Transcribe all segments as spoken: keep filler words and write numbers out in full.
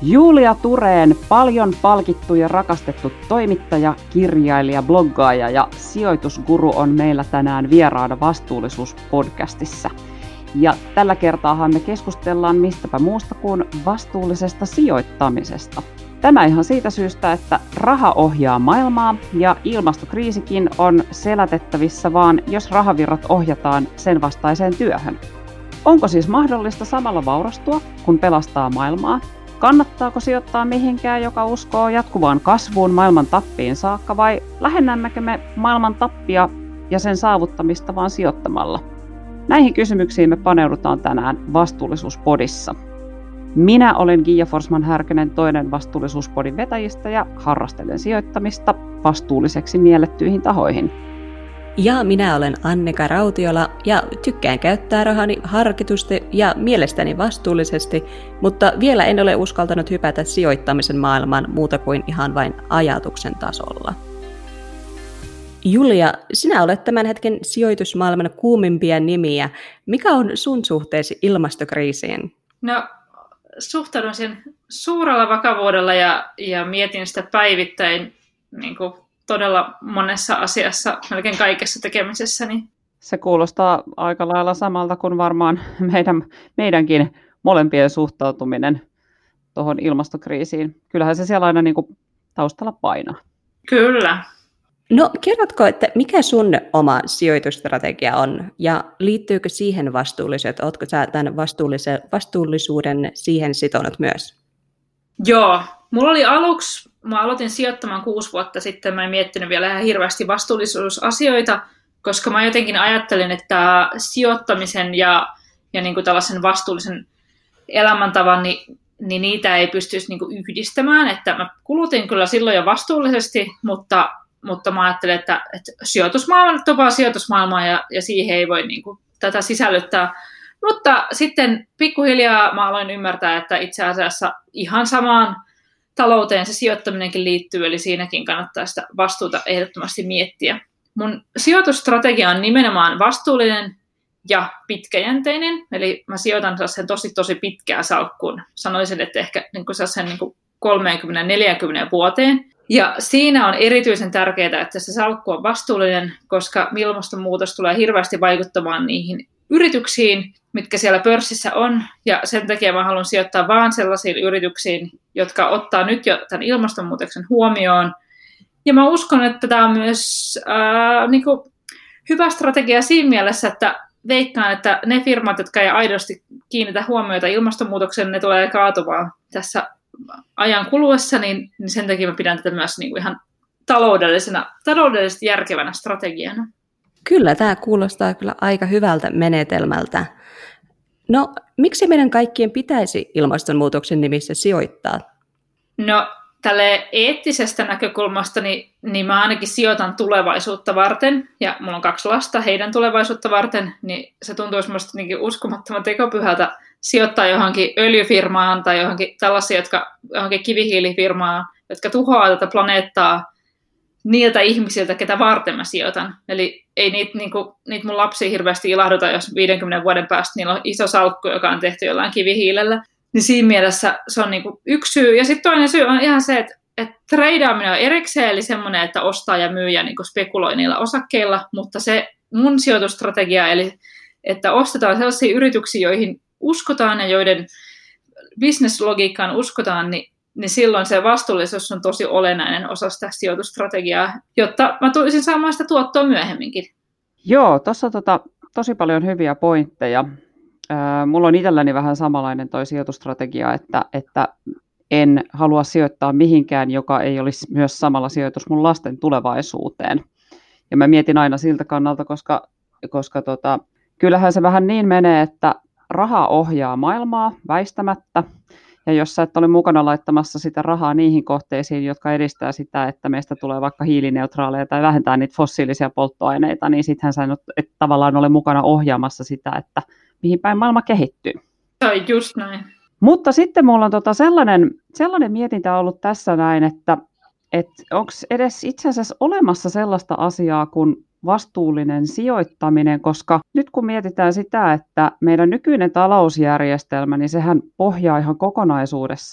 Julia Thurén, paljon palkittu ja rakastettu toimittaja, kirjailija, bloggaaja ja sijoitusguru on meillä tänään vieraana Vastuullisuus-podcastissa. Ja tällä kertaahan me keskustellaan mistäpä muusta kuin vastuullisesta sijoittamisesta. Tämä ihan siitä syystä, että raha ohjaa maailmaa ja ilmastokriisikin on selätettävissä vaan, jos rahavirrat ohjataan sen vastaiseen työhön. Onko siis mahdollista samalla vaurastua, kun pelastaa maailmaa? Kannattaako sijoittaa mihinkään, joka uskoo jatkuvaan kasvuun maailman tappiin saakka, vai lähennämmekö me maailman tappia ja sen saavuttamista vaan sijoittamalla? Näihin kysymyksiin me paneudutaan tänään Vastuullisuuspodissa. Minä olen Gia Forsman-Härkönen, toinen Vastuullisuuspodin vetäjistä ja harrastelen sijoittamista vastuulliseksi miellettyihin tahoihin. Ja minä olen Annika Rautiola ja tykkään käyttää rahani harkitusti ja mielestäni vastuullisesti, mutta vielä en ole uskaltanut hypätä sijoittamisen maailmaan muuta kuin ihan vain ajatuksen tasolla. Julia, sinä olet tämän hetken sijoitusmaailman kuumimpia nimiä. Mikä on sun suhteesi ilmastokriisiin? No, suhtaudun sen suurella vakavuudella ja, ja mietin sitä päivittäin niin kuin todella monessa asiassa, melkein kaikessa tekemisessäni. Se kuulostaa aika lailla samalta kuin varmaan meidän, meidänkin molempien suhtautuminen tuohon ilmastokriisiin. Kyllähän se siellä aina niin kuin taustalla painaa. Kyllä. No kerrotko, että mikä sun oma sijoitusstrategia on ja liittyykö siihen vastuullisuudet? Oletko sä tämän vastuullisuuden siihen sitonut myös? Joo. Mulla oli aluksi, mä aloitin sijoittamaan kuusi vuotta sitten, mä en miettinyt vielä ihan hirveästi vastuullisuusasioita, koska mä jotenkin ajattelin, että sijoittamisen ja, ja niin kuin tällaisen vastuullisen elämäntavan, niin, niin niitä ei pystyisi niin kuin yhdistämään. Että mä kulutin kyllä silloin jo vastuullisesti, mutta, mutta mä ajattelin, että, että sijoitusmaailma on vaan sijoitusmaailmaa ja, ja siihen ei voi niin kuin tätä sisällyttää. Mutta sitten pikkuhiljaa mä aloin ymmärtää, että itse asiassa ihan samaan talouteen se sijoittaminenkin liittyy, eli siinäkin kannattaa sitä vastuuta ehdottomasti miettiä. Mun sijoitusstrategia on nimenomaan vastuullinen ja pitkäjänteinen, eli mä sijoitan sen tosi tosi pitkään salkkuun. Sanoisin, että ehkä niin sen niin kolmekymmentä neljäkymmentä vuoteen. Ja siinä on erityisen tärkeää, että se salkku on vastuullinen, koska ilmastonmuutos tulee hirveästi vaikuttamaan niihin yrityksiin, mitkä siellä pörssissä on, ja sen takia mä haluan sijoittaa vaan sellaisiin yrityksiin, jotka ottaa nyt jo tämän ilmastonmuutoksen huomioon. Ja mä uskon, että tämä on myös ää, niin kuin hyvä strategia siinä mielessä, että veikkaan, että ne firmat, jotka ei aidosti kiinnitä huomiota ilmastonmuutokseen, ne tulee kaatumaan tässä ajan kuluessa, niin, niin sen takia mä pidän tätä myös niin kuin ihan taloudellisena, taloudellisesti järkevänä strategiana. Kyllä, tämä kuulostaa kyllä aika hyvältä menetelmältä. No, miksi meidän kaikkien pitäisi ilmastonmuutoksen nimissä sijoittaa? No, tälle eettisestä näkökulmasta, niin, niin mä ainakin sijoitan tulevaisuutta varten, ja mulla on kaksi lasta heidän tulevaisuutta varten, niin se tuntuu semmoista niin uskomattoman tekopyhältä sijoittaa johonkin öljyfirmaan tai johonkin tällaisia, jotka, johonkin kivihiilifirmaan, jotka tuhoaa tätä planeettaa niiltä ihmisiltä, ketä varten mä sijoitan. Eli ei niitä, niinku, niitä mun lapsia hirveästi ilahduta, jos viidenkymmenen vuoden päästä niillä on iso salkku, joka on tehty jollain kivihiilellä. Niin siinä mielessä se on niinku yksi syy. Ja sitten toinen syy on ihan se, että, että treidaaminen on erikseen, eli semmoinen, että ostaa ja myy ja niinku spekuloi niillä osakkeilla. Mutta se mun sijoitusstrategia, eli että ostetaan sellaisia yrityksiä, joihin uskotaan ja joiden business-logiikkaan uskotaan, niin niin silloin se vastuullisuus on tosi olennainen osa sitä sijoitusstrategiaa, jotta mä tulisin saamaan sitä tuottoa myöhemminkin. Joo, tuossa on tota, tosi paljon hyviä pointteja. Ää, mulla on itselläni vähän samanlainen toi sijoitusstrategia, että, että en halua sijoittaa mihinkään, joka ei olisi myös samalla sijoitus mun lasten tulevaisuuteen. Ja mä mietin aina siltä kannalta, koska, koska tota, kyllähän se vähän niin menee, että raha ohjaa maailmaa väistämättä. Ja jos sä et ole mukana laittamassa sitä rahaa niihin kohteisiin, jotka edistää sitä, että meistä tulee vaikka hiilineutraaleja tai vähentää niitä fossiilisia polttoaineita, niin sittenhän sä et tavallaan ole mukana ohjaamassa sitä, että mihin päin maailma kehittyy. Se on just näin. Mutta sitten mulla on tota sellainen, sellainen mietintä ollut tässä näin, että et onko edes itse asiassa olemassa sellaista asiaa kuin vastuullinen sijoittaminen, koska nyt kun mietitään sitä, että meidän nykyinen talousjärjestelmä, niin sehän pohjaa ihan kokonaisuudessaan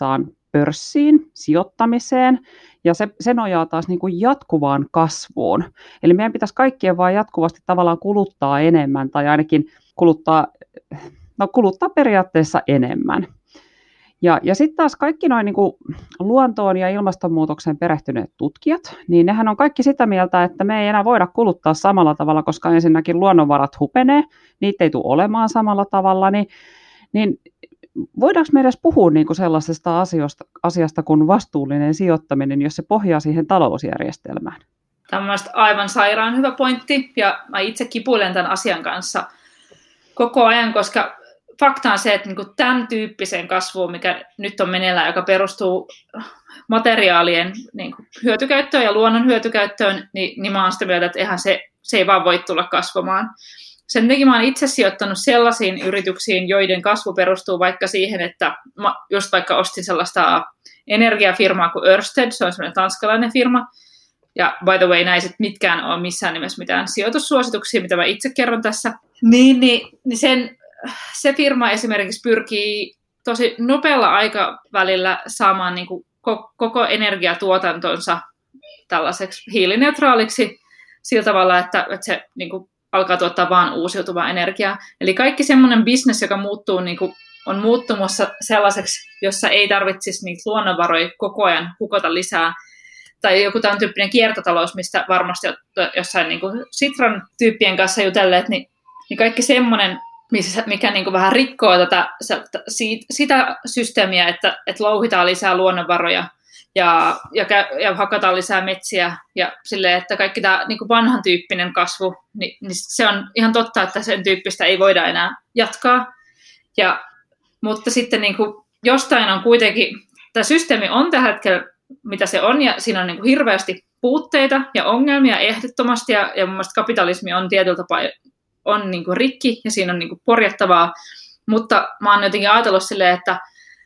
pörssiin, sijoittamiseen, ja se, se nojaa taas niin kuin jatkuvaan kasvuun. Eli meidän pitäisi kaikkien vaan jatkuvasti tavallaan kuluttaa enemmän, tai ainakin kuluttaa, no kuluttaa periaatteessa enemmän. Ja, ja sitten taas kaikki noin niin kuin luontoon ja ilmastonmuutokseen perehtyneet tutkijat, niin nehän on kaikki sitä mieltä, että me ei enää voida kuluttaa samalla tavalla, koska ensinnäkin luonnonvarat hupenee, niitä ei tule olemaan samalla tavalla, niin, niin voidaanko me edes puhua niin kuin sellaisesta asiasta, asiasta kuin vastuullinen sijoittaminen, jos se pohjaa siihen talousjärjestelmään? Tämä on aivan sairaan hyvä pointti, ja mä itse kipuilen tämän asian kanssa koko ajan, koska fakta on se, että niinku tämän tyyppiseen kasvuun, mikä nyt on meneillään, joka perustuu materiaalien niinku hyötykäyttöön ja luonnon hyötykäyttöön, niin, niin mä oon sitä mieltä, että eihän se, se ei vaan voi tulla kasvamaan. Sen takia mä oon itse sijoittanut sellaisiin yrityksiin, joiden kasvu perustuu vaikka siihen, että mä just vaikka ostin sellaista energiafirmaa kuin Ørsted, se on semmoinen tanskalainen firma, ja by the way, näin sit mitkään ole missään nimessä mitään sijoitussuosituksia, mitä mä itse kerron tässä, niin, niin, niin sen se firma esimerkiksi pyrkii tosi nopealla aikavälillä saamaan niin kuin koko energiatuotantonsa tällaiseksi hiilineutraaliksi sillä tavalla, että, että se niin kuin alkaa tuottaa vain uusiutuvaa energiaa. Eli kaikki semmoinen business, joka muuttuu, niin kuin on muuttumassa sellaiseksi, jossa ei tarvitsisi niitä luonnonvaroja koko ajan hukota lisää. Tai joku tämän tyyppinen kiertotalous, mistä varmasti jossain niin kuin Sitran tyyppien kanssa jutelleet, niin, niin kaikki semmoinen, mikä niin kuin vähän rikkoo tätä, sitä systeemiä, että, että louhitaan lisää luonnonvaroja ja, ja, ja hakataan lisää metsiä ja silleen, että kaikki tämä niin kuin vanhan tyyppinen kasvu, niin, niin se on ihan totta, että sen tyyppistä ei voida enää jatkaa. Ja, mutta sitten niin kuin jostain on kuitenkin, tämä systeemi on tällä hetkellä, mitä se on, ja siinä on niin kuin hirveästi puutteita ja ongelmia ehdottomasti, ja, ja mun mielestä kapitalismi on tietyllä tapaa on niin kuin rikki ja siinä on niin kuin korjattavaa, mutta mä oon jotenkin ajatellut silleen, että,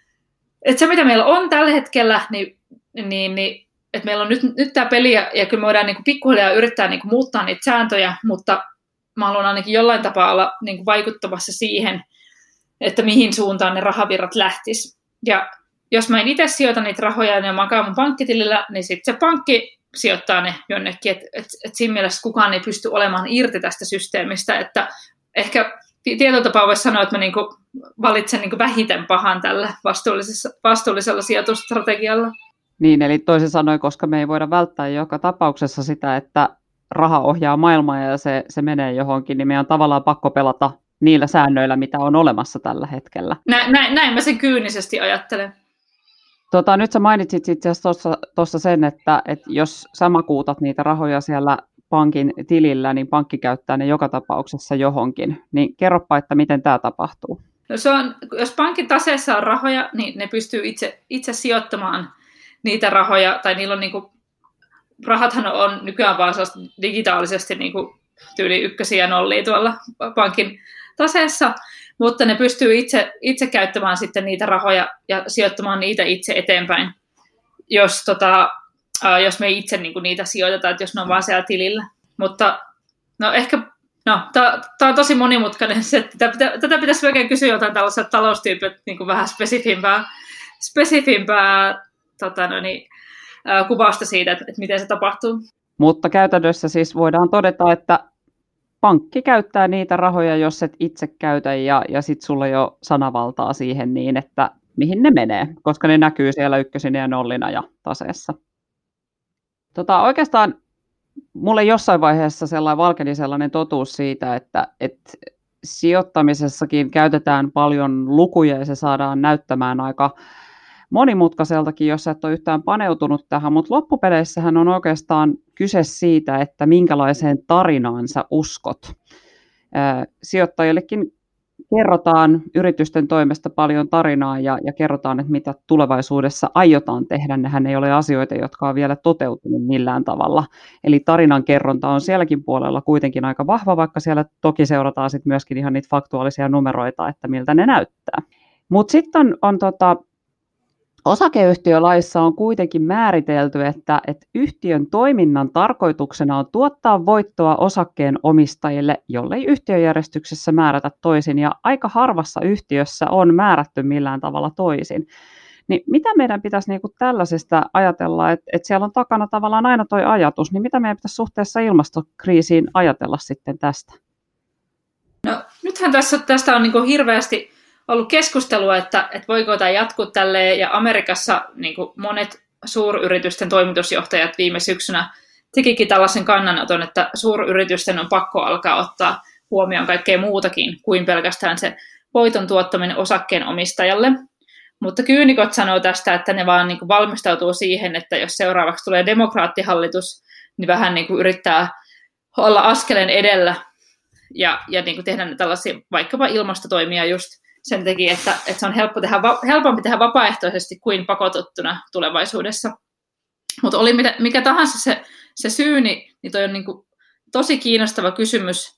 että se mitä meillä on tällä hetkellä, niin, niin, niin että meillä on nyt, nyt tämä peli ja, ja kyllä me voidaan niin kuin pikkuhiljaa yrittää niin kuin muuttaa niitä sääntöjä, mutta mä haluan ainakin jollain tapaa olla niin kuin vaikuttamassa siihen, että mihin suuntaan ne rahavirrat lähtis. Ja jos mä en itse sijoita niitä rahoja ja ne makaa mun pankkitilillä, niin sitten se pankki sijoittaa ne jonnekin, että et, et siinä mielessä kukaan ei pysty olemaan irti tästä systeemistä, että ehkä tietyllä tapaa voisi sanoa, että mä niinku valitsen niinku vähiten pahan tällä vastuullisella sijoitusstrategialla. Niin, eli toisin sanoen, koska me ei voida välttää joka tapauksessa sitä, että raha ohjaa maailmaa ja se, se menee johonkin, niin meidän on tavallaan pakko pelata niillä säännöillä, mitä on olemassa tällä hetkellä. Näin, näin, näin mä sen kyynisesti ajattelen. Tota, nyt sä mainitsit itse asiassa tuossa sen, että, että jos sä makuutat niitä rahoja siellä pankin tilillä, niin pankki käyttää ne joka tapauksessa johonkin. Niin kerropa, että miten tämä tapahtuu. No se on, jos pankin taseessa on rahoja, niin ne pystyy itse, itse sijoittamaan niitä rahoja, tai niillä on niinku, rahathan on nykyään vaan digitaalisesti niinku tyyli ykkösiä ja nollia tuolla pankin taseessa, mutta ne pystyy itse, itse käyttämään sitten niitä rahoja ja sijoittamaan niitä itse eteenpäin, jos, tota, äh, jos me itse niinku niitä sijoitetaan, että jos ne on vaan siellä tilillä. Mutta no ehkä, no, tämä on tosi monimutkainen, se, tätä, tätä pitäisi oikein kysyä jotain tällaiselta taloustyypiltä niin vähän spesifimpää, spesifimpää tota, no niin, äh, kuvausta siitä, että, että miten se tapahtuu. Mutta käytännössä siis voidaan todeta, että pankki käyttää niitä rahoja, jos et itse käytä, ja, ja sitten sulla ei ole sanavaltaa siihen niin, että mihin ne menee, koska ne näkyy siellä ykkösinä ja nollina ja taseessa. Tota, oikeastaan mulle jossain vaiheessa sellainen valkeni sellainen totuus siitä, että, että sijoittamisessakin käytetään paljon lukuja ja se saadaan näyttämään aika monimutkaiseltakin, jos et ole yhtään paneutunut tähän, mutta loppupeleissähän on oikeastaan kyse siitä, että minkälaiseen tarinaan sä uskot. Sijoittajillekin kerrotaan yritysten toimesta paljon tarinaa ja, ja kerrotaan, että mitä tulevaisuudessa aiotaan tehdä. Nehän ei ole asioita, jotka on vielä toteutunut millään tavalla. Eli tarinan kerronta on sielläkin puolella kuitenkin aika vahva, vaikka siellä toki seurataan sit myöskin ihan niitä faktuaalisia numeroita, että miltä ne näyttää. Mutta sitten on, on tota, osakeyhtiölaissa on kuitenkin määritelty, että, että yhtiön toiminnan tarkoituksena on tuottaa voittoa osakkeen omistajille, jollei yhtiöjärjestyksessä määrätä toisin, ja aika harvassa yhtiössä on määrätty millään tavalla toisin. Niin mitä meidän pitäisi niin kuin tällaisesta ajatella, että, että siellä on takana tavallaan aina tuo ajatus, niin mitä meidän pitäisi suhteessa ilmastokriisiin ajatella sitten tästä? No nythän tässä, tästä on niin kuin hirveästi ollut keskustelua, että, että voiko tämä jatkuu tälleen, ja Amerikassa niin kuin monet suuryritysten toimitusjohtajat viime syksynä tekikin tällaisen kannanoton, että suuryritysten on pakko alkaa ottaa huomioon kaikkea muutakin kuin pelkästään se voiton tuottaminen osakkeenomistajalle. Mutta kyynikot sanoo tästä, että ne vaan niin kuin valmistautuu siihen, että jos seuraavaksi tulee demokraattihallitus, niin vähän niin kuin yrittää olla askeleen edellä ja, ja niin kuin tehdä tällaisia vaikkapa ilmastotoimia just sen takia, että, että se on helppo tehdä, helpompi tehdä vapaaehtoisesti kuin pakotettuna tulevaisuudessa. Mutta oli mitä, mikä tahansa se, se syy, niin, niin toi on niin kuin tosi kiinnostava kysymys,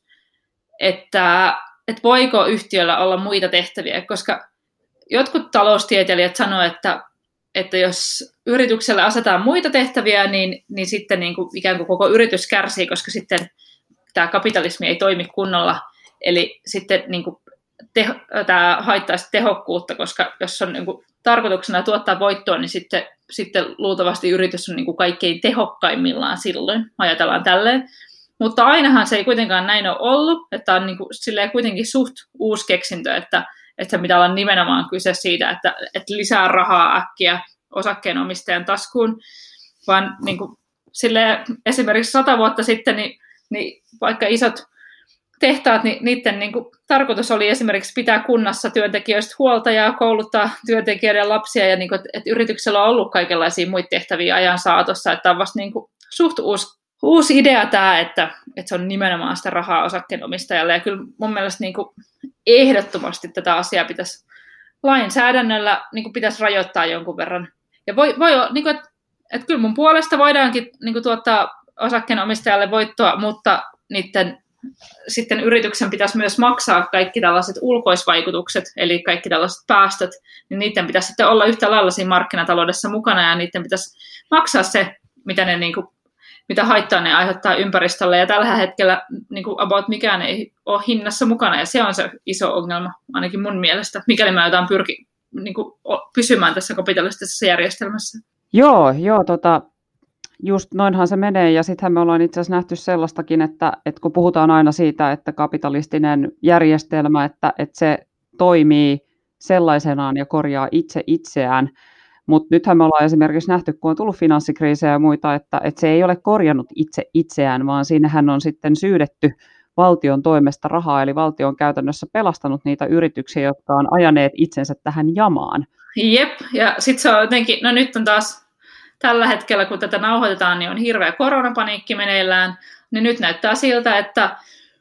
että, että voiko yhtiöllä olla muita tehtäviä, koska jotkut taloustieteilijät sanoo, että, että jos yritykselle asetetaan muita tehtäviä, niin, niin sitten niin kuin ikään kuin koko yritys kärsii, koska sitten tämä kapitalismi ei toimi kunnolla. Eli sitten niin kuin teho, tämä haittaisi tehokkuutta, koska jos on niin kuin tarkoituksena tuottaa voittoa, niin sitten, sitten luultavasti yritys on niin kuin kaikkein tehokkaimmillaan silloin, ajatellaan tälleen. Mutta ainahan se ei kuitenkaan näin ole ollut, että on niin kuin silleen kuitenkin suht uusi keksintö, että että pitää olla nimenomaan kyse siitä, että, että lisää rahaa äkkiä osakkeenomistajan taskuun, vaan niin kuin, silleen, esimerkiksi sata vuotta sitten, niin, niin vaikka isot tehtaat, niin niiden niin kuin, tarkoitus oli esimerkiksi pitää kunnassa työntekijöistä huolta ja kouluttaa työntekijöiden lapsia, ja niin kuin, että yrityksellä on ollut kaikenlaisia muita tehtäviä ajan saatossa, että on vasta niin kuin, suht uusi, uusi idea tämä, että, että se on nimenomaan sitä rahaa osakkeenomistajalle, ja kyllä mun mielestä niin kuin, ehdottomasti tätä asiaa pitäisi lainsäädännöllä niin kuin pitäisi rajoittaa jonkun verran. Ja voi, voi olla, niin kuin, että, että kyllä mun puolesta voidaankin niin kuin tuottaa osakkeenomistajalle voittoa, mutta niiden sitten yrityksen pitäisi myös maksaa kaikki tällaiset ulkoisvaikutukset, eli kaikki tällaiset päästöt, niin niiden pitäisi sitten olla yhtä lailla siinä markkinataloudessa mukana, ja niiden pitäisi maksaa se, mitä ne niin kuin mitä haittaa ne aiheuttaa ympäristölle, ja tällä hetkellä niin kuin about mikään ei ole hinnassa mukana, ja se on se iso ongelma, ainakin mun mielestä, mikäli mä jotain pyrki niin kuin, pysymään tässä kapitalistisessa järjestelmässä. Joo, joo tota, just noinhan se menee, ja sittenhän me ollaan itse asiassa nähty sellaistakin, että, että kun puhutaan aina siitä, että kapitalistinen järjestelmä, että, että se toimii sellaisenaan ja korjaa itse itseään, mutta nythän me ollaan esimerkiksi nähty, kun on tullut finanssikriisejä ja muita, että, että se ei ole korjannut itse itseään, vaan siinähän on sitten syydetty valtion toimesta rahaa, eli valtio on käytännössä pelastanut niitä yrityksiä, jotka on ajaneet itsensä tähän jamaan. Jep, ja sitten se on jotenkin, no nyt on taas tällä hetkellä, kun tätä nauhoitetaan, niin on hirveä koronapaniikki meneillään, niin nyt näyttää siltä, että,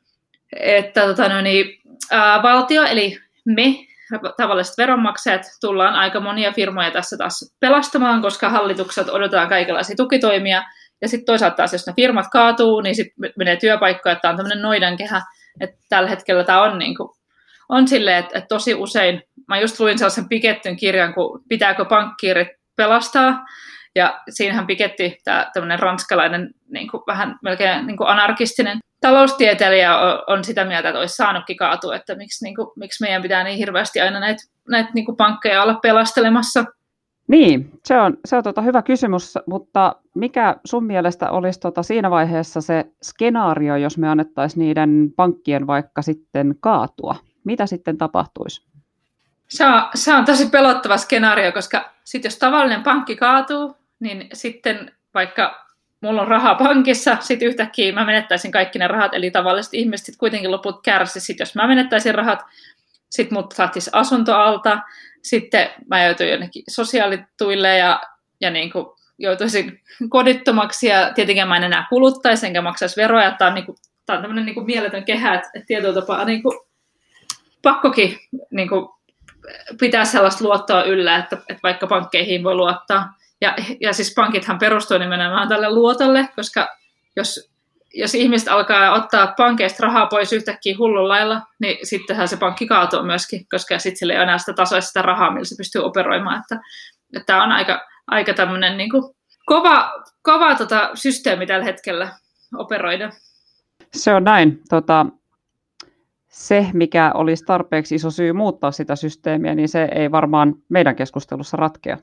että tota no niin, ää, valtio, eli me, tavalliset veronmaksajat, tullaan aika monia firmoja tässä taas pelastamaan, koska hallitukset odotetaan kaikenlaisia tukitoimia, ja sitten toisaalta taas, jos ne firmat kaatuu, niin sitten menee työpaikkoja, että tämä on tämmöinen noidankehä, että tällä hetkellä tämä on, niin kuin, on silleen, että, että tosi usein, mä just luin sellaisen Pikettyn kirjan, kun pitääkö pankkiirit pelastaa, ja siinähän Piketti, tämä tämmöinen ranskalainen, niin kuin, vähän melkein niin kuin anarkistinen taloustieteilijä on sitä mieltä, että olisi saanutkin kaatua, että miksi, niin kuin, miksi meidän pitää niin hirveästi aina näitä, näitä niin kuin pankkeja olla pelastelemassa. Niin, se on, se on tota hyvä kysymys, mutta mikä sun mielestä olisi tota siinä vaiheessa se skenaario, jos me annettaisiin niiden pankkien vaikka sitten kaatua? Mitä sitten tapahtuisi? Se on, se on tosi pelottava skenaario, koska sit jos tavallinen pankki kaatuu, niin sitten vaikka mulla on rahaa pankissa, sitten yhtäkkiä mä menettäisin kaikki ne rahat, eli tavalliset ihmiset sit kuitenkin loput kärsisivät. Sitten jos mä menettäisin rahat, sitten mut saattis asunto alta, sitten mä joutuin jonnekin sosiaalituille ja, ja niin kuin joutuisin kodittomaksi, ja tietenkin mä en enää kuluttaisi enkä maksaisi veroja. Tämä on, niin kuin, tämä on tämmöinen niin kuin mieletön kehä, että tietyllä tapaa niin kuin pakkokin niin kuin pitää sellaista luottoa yllä, että, että vaikka pankkeihin voi luottaa. Ja, ja siis pankithan perustuu nimenomaan tälle luotolle, koska jos, jos ihmiset alkaa ottaa pankeista rahaa pois yhtäkkiä hullun lailla, niin sittenhän se pankki kaatuu myöskin, koska sitten sillä ei ole enää sitä tasoista rahaa, millä se pystyy operoimaan. Että, että tämä on aika, aika tämmöinen niin kuin kova, kova tota, systeemi tällä hetkellä operoida. Se on näin. Tota, se, mikä olisi tarpeeksi iso syy muuttaa sitä systeemiä, niin se ei varmaan meidän keskustelussa ratkea.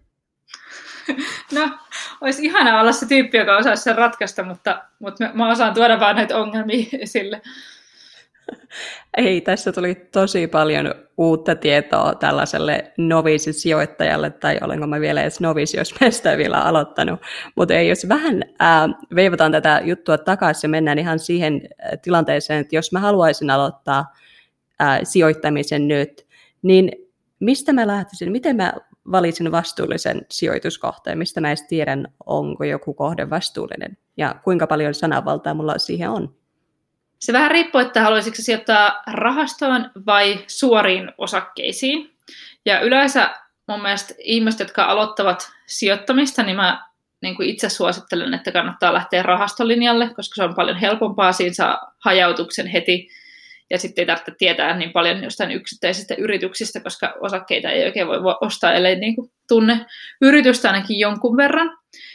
No, olisi ihana olla se tyyppi, joka osaisi sen ratkaista, mutta, mutta mä osaan tuoda vaan näitä ongelmia esille. Ei, tässä tuli tosi paljon uutta tietoa tällaiselle noviisisijoittajalle, tai olenko mä vielä edes noviisi, jos mä sitä vielä aloittanut. Mutta ei, jos vähän ää, veivataan tätä juttua takaisin ja mennään ihan siihen tilanteeseen, että jos mä haluaisin aloittaa ää, sijoittamisen nyt, niin mistä mä lähtisin, miten mä valitsin vastuullisen sijoituskohteen, mistä mä edes tiedän, onko joku kohde vastuullinen ja kuinka paljon sananvaltaa mulla siihen on? Se vähän riippuu, että haluaisitko sijoittaa rahastoon vai suoriin osakkeisiin. Ja yleensä mun mielestä ihmiset, jotka aloittavat sijoittamista, niin mä niin kuin itse suosittelen, että kannattaa lähteä rahastolinjalle, koska se on paljon helpompaa, siinä saa hajautuksen heti. Ja sitten ei tarvitse tietää niin paljon jostain yksittäisistä yrityksistä, koska osakkeita ei oikein voi ostaa, ellei niin kuin tunne yritystä ainakin jonkun verran.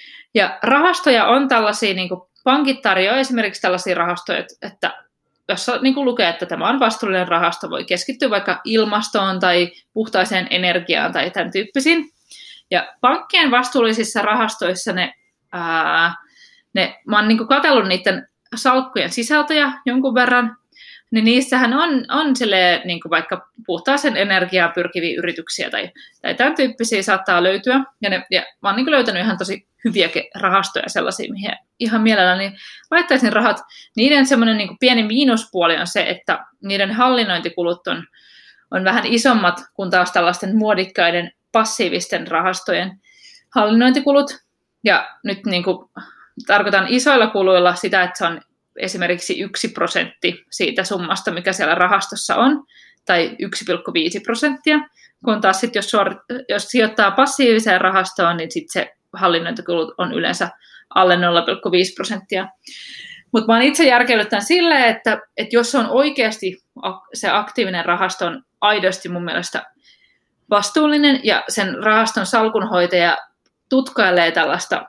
Ja rahastoja on tällaisia, niin kuin pankit tarjoaa esimerkiksi tällaisia rahastoja, että jossa niin kuin lukee, että tämä on vastuullinen rahasto, voi keskittyä vaikka ilmastoon tai puhtaiseen energiaan tai tämän tyyppisiin. Ja pankkien vastuullisissa rahastoissa ne, ää, ne mä oon niin kuin katsellut niiden salkkujen sisältöjä jonkun verran, niin niissähän on, on silleen, niin kuin vaikka puhtaaseen energiaan pyrkiviä yrityksiä tai, tai tämän tyyppisiä saattaa löytyä. Ja, ne, ja mä oon niin kuin löytänyt ihan tosi hyviä rahastoja sellaisia, mihin ihan mielelläni laittaisin rahat. Niiden semmoinen niin kuin pieni miinuspuoli on se, että niiden hallinnointikulut on, on vähän isommat kuin taas tällaisten muodikkaiden passiivisten rahastojen hallinnointikulut. Ja nyt niin kuin tarkoitan isoilla kuluilla sitä, että se on esimerkiksi yksi prosentti siitä summasta, mikä siellä rahastossa on, tai yksi pilkku viisi prosenttia, kun taas sit, jos, suor- jos sijoittaa passiiviseen rahastoon, niin sit se hallinnointikulut on yleensä alle nolla pilkku viisi prosenttia. Mutta mä oon itse järkeillyt tämän silleen, että, että jos on oikeasti se aktiivinen rahasto on aidosti mun mielestä vastuullinen, ja sen rahaston salkunhoitaja tutkailee tällaista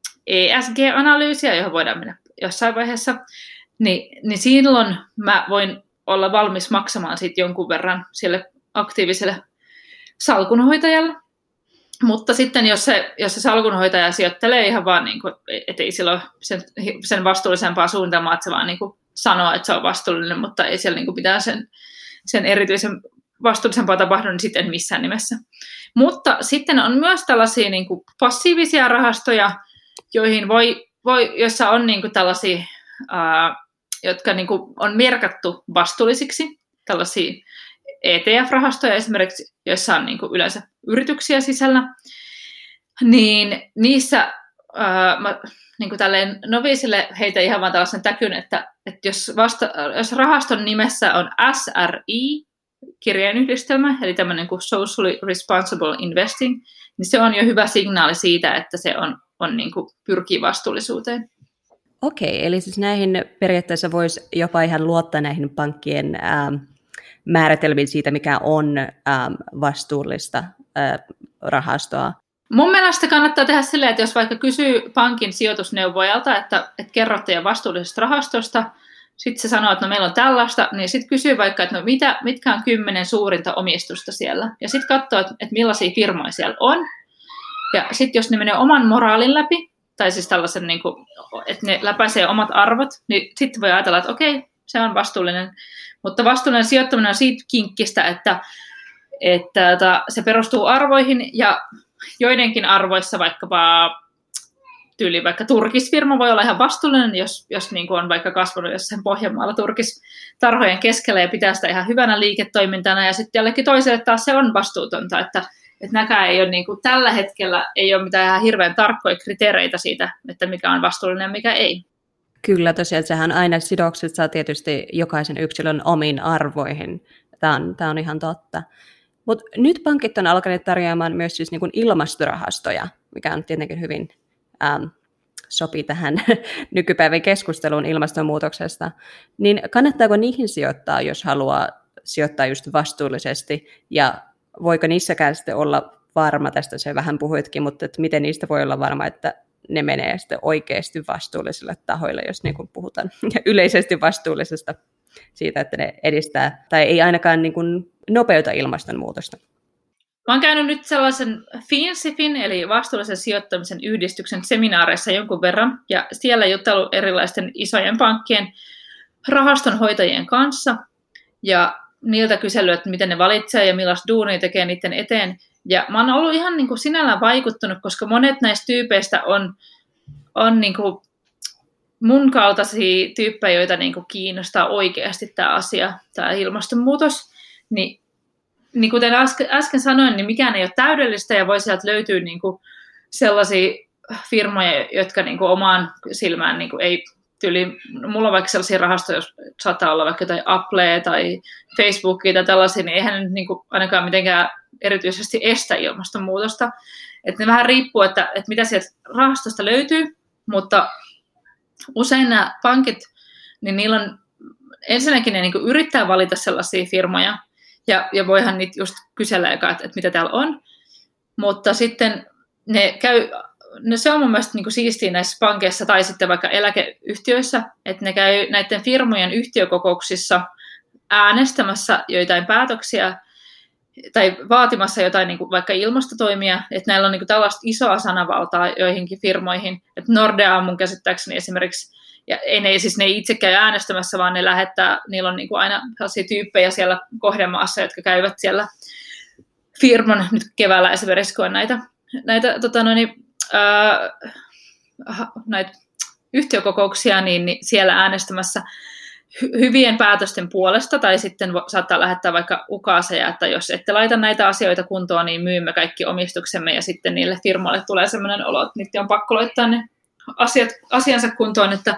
E S G-analyysiä, johon voidaan mennä jossain vaiheessa, niin, niin silloin mä voin olla valmis maksamaan sit jonkun verran sille aktiiviselle salkunhoitajalle. Mutta sitten jos se, jos se salkunhoitaja sijoittelee ihan vaan, niin kuin, ettei sillä ole sen, sen vastuullisempaa suunnitelmaa, että se vaan niin kuin sanoo, että se on vastuullinen, mutta ei siellä niin kuin pitää sen, sen erityisen vastuullisempaa tapahdu, niin sitten missään nimessä. Mutta sitten on myös tällaisia niin kuin passiivisia rahastoja, joihin voi, voi joissa on niin kuin tällaisia, ää, jotka niin kuin on merkattu vastuullisiksi, tällaisia E T F-rahastoja esimerkiksi, joissa on niin kuin yleensä yrityksiä sisällä, niin niissä ää, mä, niin kuin tälleen noviisille heitä ihan vaan tällaisen täkyn, että, että jos, vasta, jos rahaston nimessä on S R I, kirjainyhdistelmä, eli tämmöinen kuin Socially Responsible Investing, niin se on jo hyvä signaali siitä, että se on, on niin kuin pyrkii vastuullisuuteen. Okei, eli siis näihin periaatteessa voisi jopa ihan luottaa näihin pankkien ähm, määritelmiin siitä, mikä on ähm, vastuullista äh, rahastoa. Mun mielestä kannattaa tehdä silleen, että jos vaikka kysyy pankin sijoitusneuvojalta, että, että kerro teidän vastuullisesta rahastosta, sitten se sanoo, että no meillä on tällaista, niin sitten kysyy vaikka, että no mitä, mitkä on kymmenen suurinta omistusta siellä. Ja sitten katsoo, että, että millaisia firmoja siellä on. Ja sitten jos ne menee oman moraalin läpi, tai siis tällaisen, niin kuin, että ne läpäisee omat arvot, niin sitten voi ajatella, että okei, se on vastuullinen. Mutta vastuullinen sijoittaminen on siitä kinkkistä, että, että se perustuu arvoihin, ja joidenkin arvoissa vaikkapa tyyli vaikka turkisfirma voi olla ihan vastuullinen, jos, jos niin kuin on vaikka kasvanut jossain Pohjanmaalla turkistarhojen keskellä ja pitää sitä ihan hyvänä liiketoimintana, ja sitten jällekin toiselle taas se on vastuutonta, että, että näkään ei ole niin kuin, tällä hetkellä ei ole mitään ihan hirveän tarkkoja kriteereitä siitä, että mikä on vastuullinen ja mikä ei. Kyllä tosiaan, sehän aina sidokset saa tietysti jokaisen yksilön omiin arvoihin. Tämä on, tämä on ihan totta. Mutta nyt pankit on alkaneet tarjoamaan myös siis niin kuin ilmastorahastoja, mikä on tietenkin hyvin ähm, sopii tähän nykypäivän keskusteluun ilmastonmuutoksesta. Niin kannattaako niihin sijoittaa, jos haluaa sijoittaa just vastuullisesti, ja voiko niissäkään sitten olla varma, tästä se vähän puhuitkin, mutta että miten niistä voi olla varma, että ne menee sitten oikeasti vastuullisille tahoille, jos niin kuin puhutaan yleisesti vastuullisesta siitä, että ne edistää tai ei ainakaan niin kuin nopeuta ilmastonmuutosta. Mä oon käynyt nyt sellaisen FinSIFin, eli vastuullisen sijoittamisen yhdistyksen seminaareissa jonkun verran, ja siellä jutellut erilaisten isojen pankkien rahastonhoitajien kanssa, ja niiltä kysellyt, että miten ne valitsee ja millaista duunia tekee niiden eteen. Ja mä oon ollut ihan niin kuin sinällään vaikuttunut, koska monet näistä tyypeistä on, on niin kuin mun kaltaisia tyyppejä, joita niin kuin kiinnostaa oikeasti tämä asia, tämä ilmastonmuutos. Niin, niin kuten äsken, äsken sanoin, niin mikään ei ole täydellistä ja voi sieltä löytyä niin kuin sellaisia firmoja, jotka niin kuin omaan silmään niin kuin ei tyyli. Mulla on vaikka sellaisia rahastoja, jos saattaa olla vaikka jotain Applea tai Facebookia tai tällaisia, niin eihän nyt niin kuin ainakaan mitenkään erityisesti estä ilmastonmuutosta. Että ne vähän riippuu, että, että mitä sieltä rahastosta löytyy, mutta usein nämä pankit, niin niillä on ensinnäkin ne niin kuin yrittää valita sellaisia firmoja, ja, ja voihan niitä just kysellä, että, että mitä täällä on, mutta sitten ne käy, no se on mun mielestä niin kuin siistiä näissä pankeissa tai sitten vaikka eläkeyhtiöissä, että ne käy näiden firmojen yhtiökokouksissa äänestämässä joitain päätöksiä tai vaatimassa jotain niin kuin vaikka ilmastotoimia, että näillä on niin kuin tällaista isoa sanavaltaa joihinkin firmoihin, että Nordea on mun käsittääkseni esimerkiksi, ja ei ne, siis ne ei itse käy äänestämässä, vaan ne lähettää, niillä on niin kuin aina sellaisia tyyppejä siellä kohdemaassa, jotka käyvät siellä firman, nyt keväällä esimerkiksi, kun on näitä, näitä, tota noin, ää, näitä yhtiökokouksia, niin, niin siellä äänestämässä hy- hyvien päätösten puolesta, tai sitten vo- saattaa lähettää vaikka ukaaseja, että jos ette laita näitä asioita kuntoon, niin myymme kaikki omistuksemme, ja sitten niille firmoille tulee sellainen olo, että niiden on pakko laittaa ne asiat, asiansa kuntoon, että,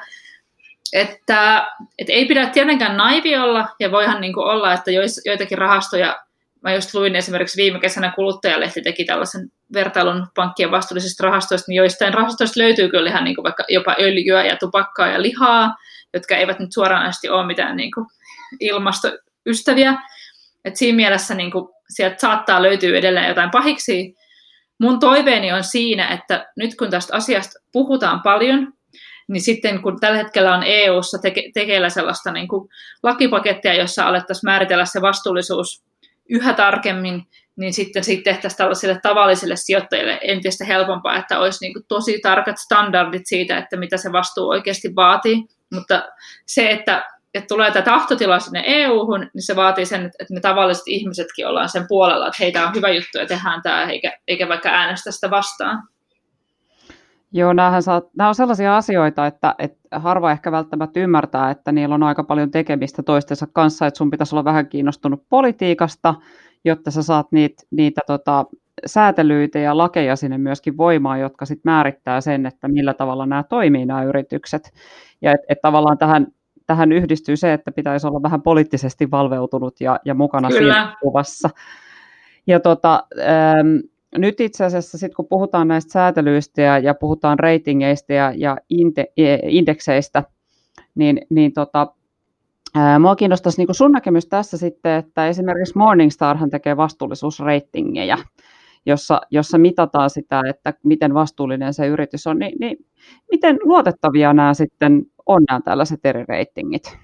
että, että ei pidä tietenkään naivi olla, ja voihan niin kuin olla, että jois, joitakin rahastoja, mä just luin esimerkiksi viime kesänä Kuluttajalehti teki tällaisen vertailun pankkien vastuullisista rahastoista, niin joistain rahastoista löytyy kyllä ihan niin kuin vaikka jopa öljyä ja tupakkaa ja lihaa, jotka eivät nyt suoranaisesti ole mitään niin kuin ilmastoystäviä. Et siinä mielessä niin kuin sieltä saattaa löytyä edelleen jotain pahiksi. Mun toiveeni on siinä, että nyt kun tästä asiasta puhutaan paljon, niin sitten kun tällä hetkellä on E U:ssa teke- tekeillä sellaista niin kuin lakipakettia, jossa alettaisiin määritellä se vastuullisuus yhä tarkemmin, niin sitten siitä tehtäisiin tällaisille tavallisille sijoittajille entistä helpompaa, että olisi niin kuin tosi tarkat standardit siitä, että mitä se vastuu oikeasti vaatii. Mutta se, että, että tulee tämä tahtotila sinne E U:hun, niin se vaatii sen, että me tavalliset ihmisetkin ollaan sen puolella, että heitä on hyvä juttu ja tehdään tämä, eikä, eikä vaikka äänestä sitä vastaan. Joo, näähän saa, nämä on sellaisia asioita, että, että harva ehkä välttämättä ymmärtää, että niillä on aika paljon tekemistä toistensa kanssa, että sun pitäisi olla vähän kiinnostunut politiikasta, jotta sä saat niitä, niitä tota, säätelyitä ja lakeja sinne myöskin voimaan, jotka sit määrittää sen, että millä tavalla nämä toimii nämä yritykset. Ja et, et tavallaan tähän, tähän yhdistyy se, että pitäisi olla vähän poliittisesti valveutunut ja, ja mukana Kyllä. siinä kuvassa. Ja tota, ähm, nyt itse asiassa sit, kun puhutaan näistä säätelyistä ja, ja puhutaan ratingeista ja, ja inte, indekseistä, niin, niin tota, ää, mua kiinnostaisi niin kuin sun näkemys tässä sitten, että esimerkiksi Morningstarhan tekee vastuullisuusratingeja, jossa, jossa mitataan sitä, että miten vastuullinen se yritys on, niin, niin miten luotettavia nämä sitten on nämä tällaiset eri ratingit?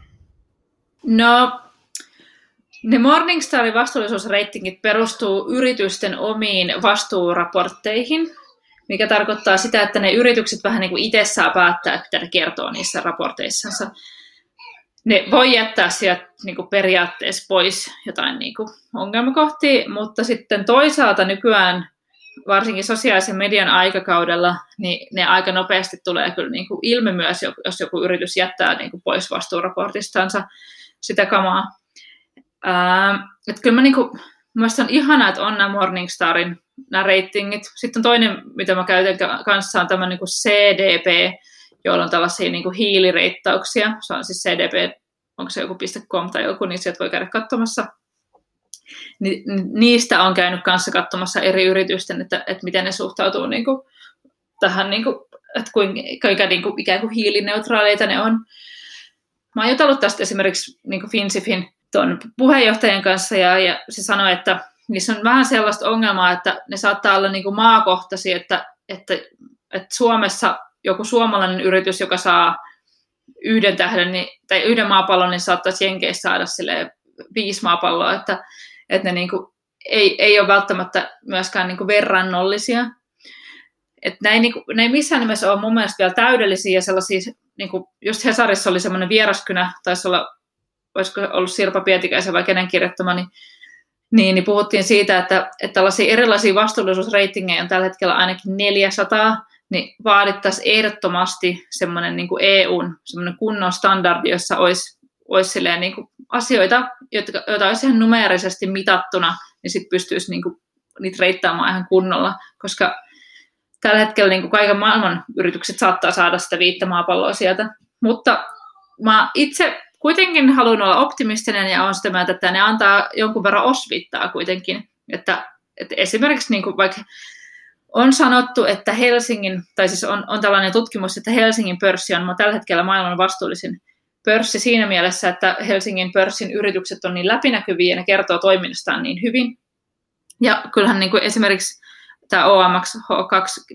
No, ne Morningstarin vastuullisuusreitingit perustuu yritysten omiin vastuuraportteihin, mikä tarkoittaa sitä, että ne yritykset vähän niin kuin itse saa päättää, että ne kertoo niissä raporteissansa. Ne voi jättää sieltä niin kuin periaatteessa pois jotain niin kuin ongelmakohtia, mutta sitten toisaalta nykyään, varsinkin sosiaalisen median aikakaudella, niin ne aika nopeasti tulee kyllä niin kuin ilmi myös, jos joku yritys jättää niin kuin pois vastuuraportistansa sitä kamaa. Uh, että kyllä mä niinku, mielestäni on ihanaa, että on nämä Morningstarin nämä ratingit. Sitten on toinen, mitä mä käytän kanssa, on tämä niinku C D P, jolla on tällaisia niinku hiilireittauksia. Se on siis C D P, onko se joku .com tai joku, niin sieltä voi käydä katsomassa. Ni, niistä on käynyt kanssa katsomassa eri yritysten, että, että miten ne suhtautuu niinku tähän, niinku, että kuinka niinku, ikään kuin hiilineutraaleita ne on. Mä oon jutellut tästä esimerkiksi niinku FinSIFin tuon puheenjohtajan kanssa, ja, ja se sanoi, että niissä on vähän sellaista ongelmaa, että ne saattaa olla niin kuin maakohtaisia, että, että, että Suomessa joku suomalainen yritys, joka saa yhden tähden niin, tai yhden maapallon, niin saattaisi Jenkeissä saada silleen viisi maapalloa, että, että ne niin kuin, ei, ei ole välttämättä myöskään niin kuin verrannollisia. Että ne, ei, niin kuin, ne ei missään nimessä ole mun mielestä vielä täydellisiä ja sellaisia, niin kuin, just Hesarissa oli semmoinen vieraskynä, taisi olla, olisiko ollut Sirpa Pietikäisen vai kenen kirjoittama, niin, niin, niin puhuttiin siitä, että, että tällaisia erilaisia vastuullisuusreitingejä on tällä hetkellä ainakin neljäsataa, niin vaadittaisiin ehdottomasti semmoinen niin kuin E U:n semmoinen kunnon standardi, jossa olisi, olisi silleen niin kuin asioita, jotka, joita olisi ihan numeerisesti mitattuna, niin sitten pystyisi niin kuin niitä reittaamaan ihan kunnolla, koska tällä hetkellä niin kuin kaiken maailman yritykset saattaa saada sitä viittä maapalloa sieltä. Mutta mä itse kuitenkin haluan olla optimistinen ja olen sitä mieltä, että ne antaa jonkun verran osvittaa kuitenkin. Että, että esimerkiksi niin kuin vaikka on sanottu, että Helsingin, tai siis on, on tällainen tutkimus, että Helsingin pörssi on tällä hetkellä maailman vastuullisin pörssi siinä mielessä, että Helsingin pörssin yritykset on niin läpinäkyviä ja ne kertoo toiminnastaan niin hyvin. Ja kyllähän niin kuin esimerkiksi tämä O M X H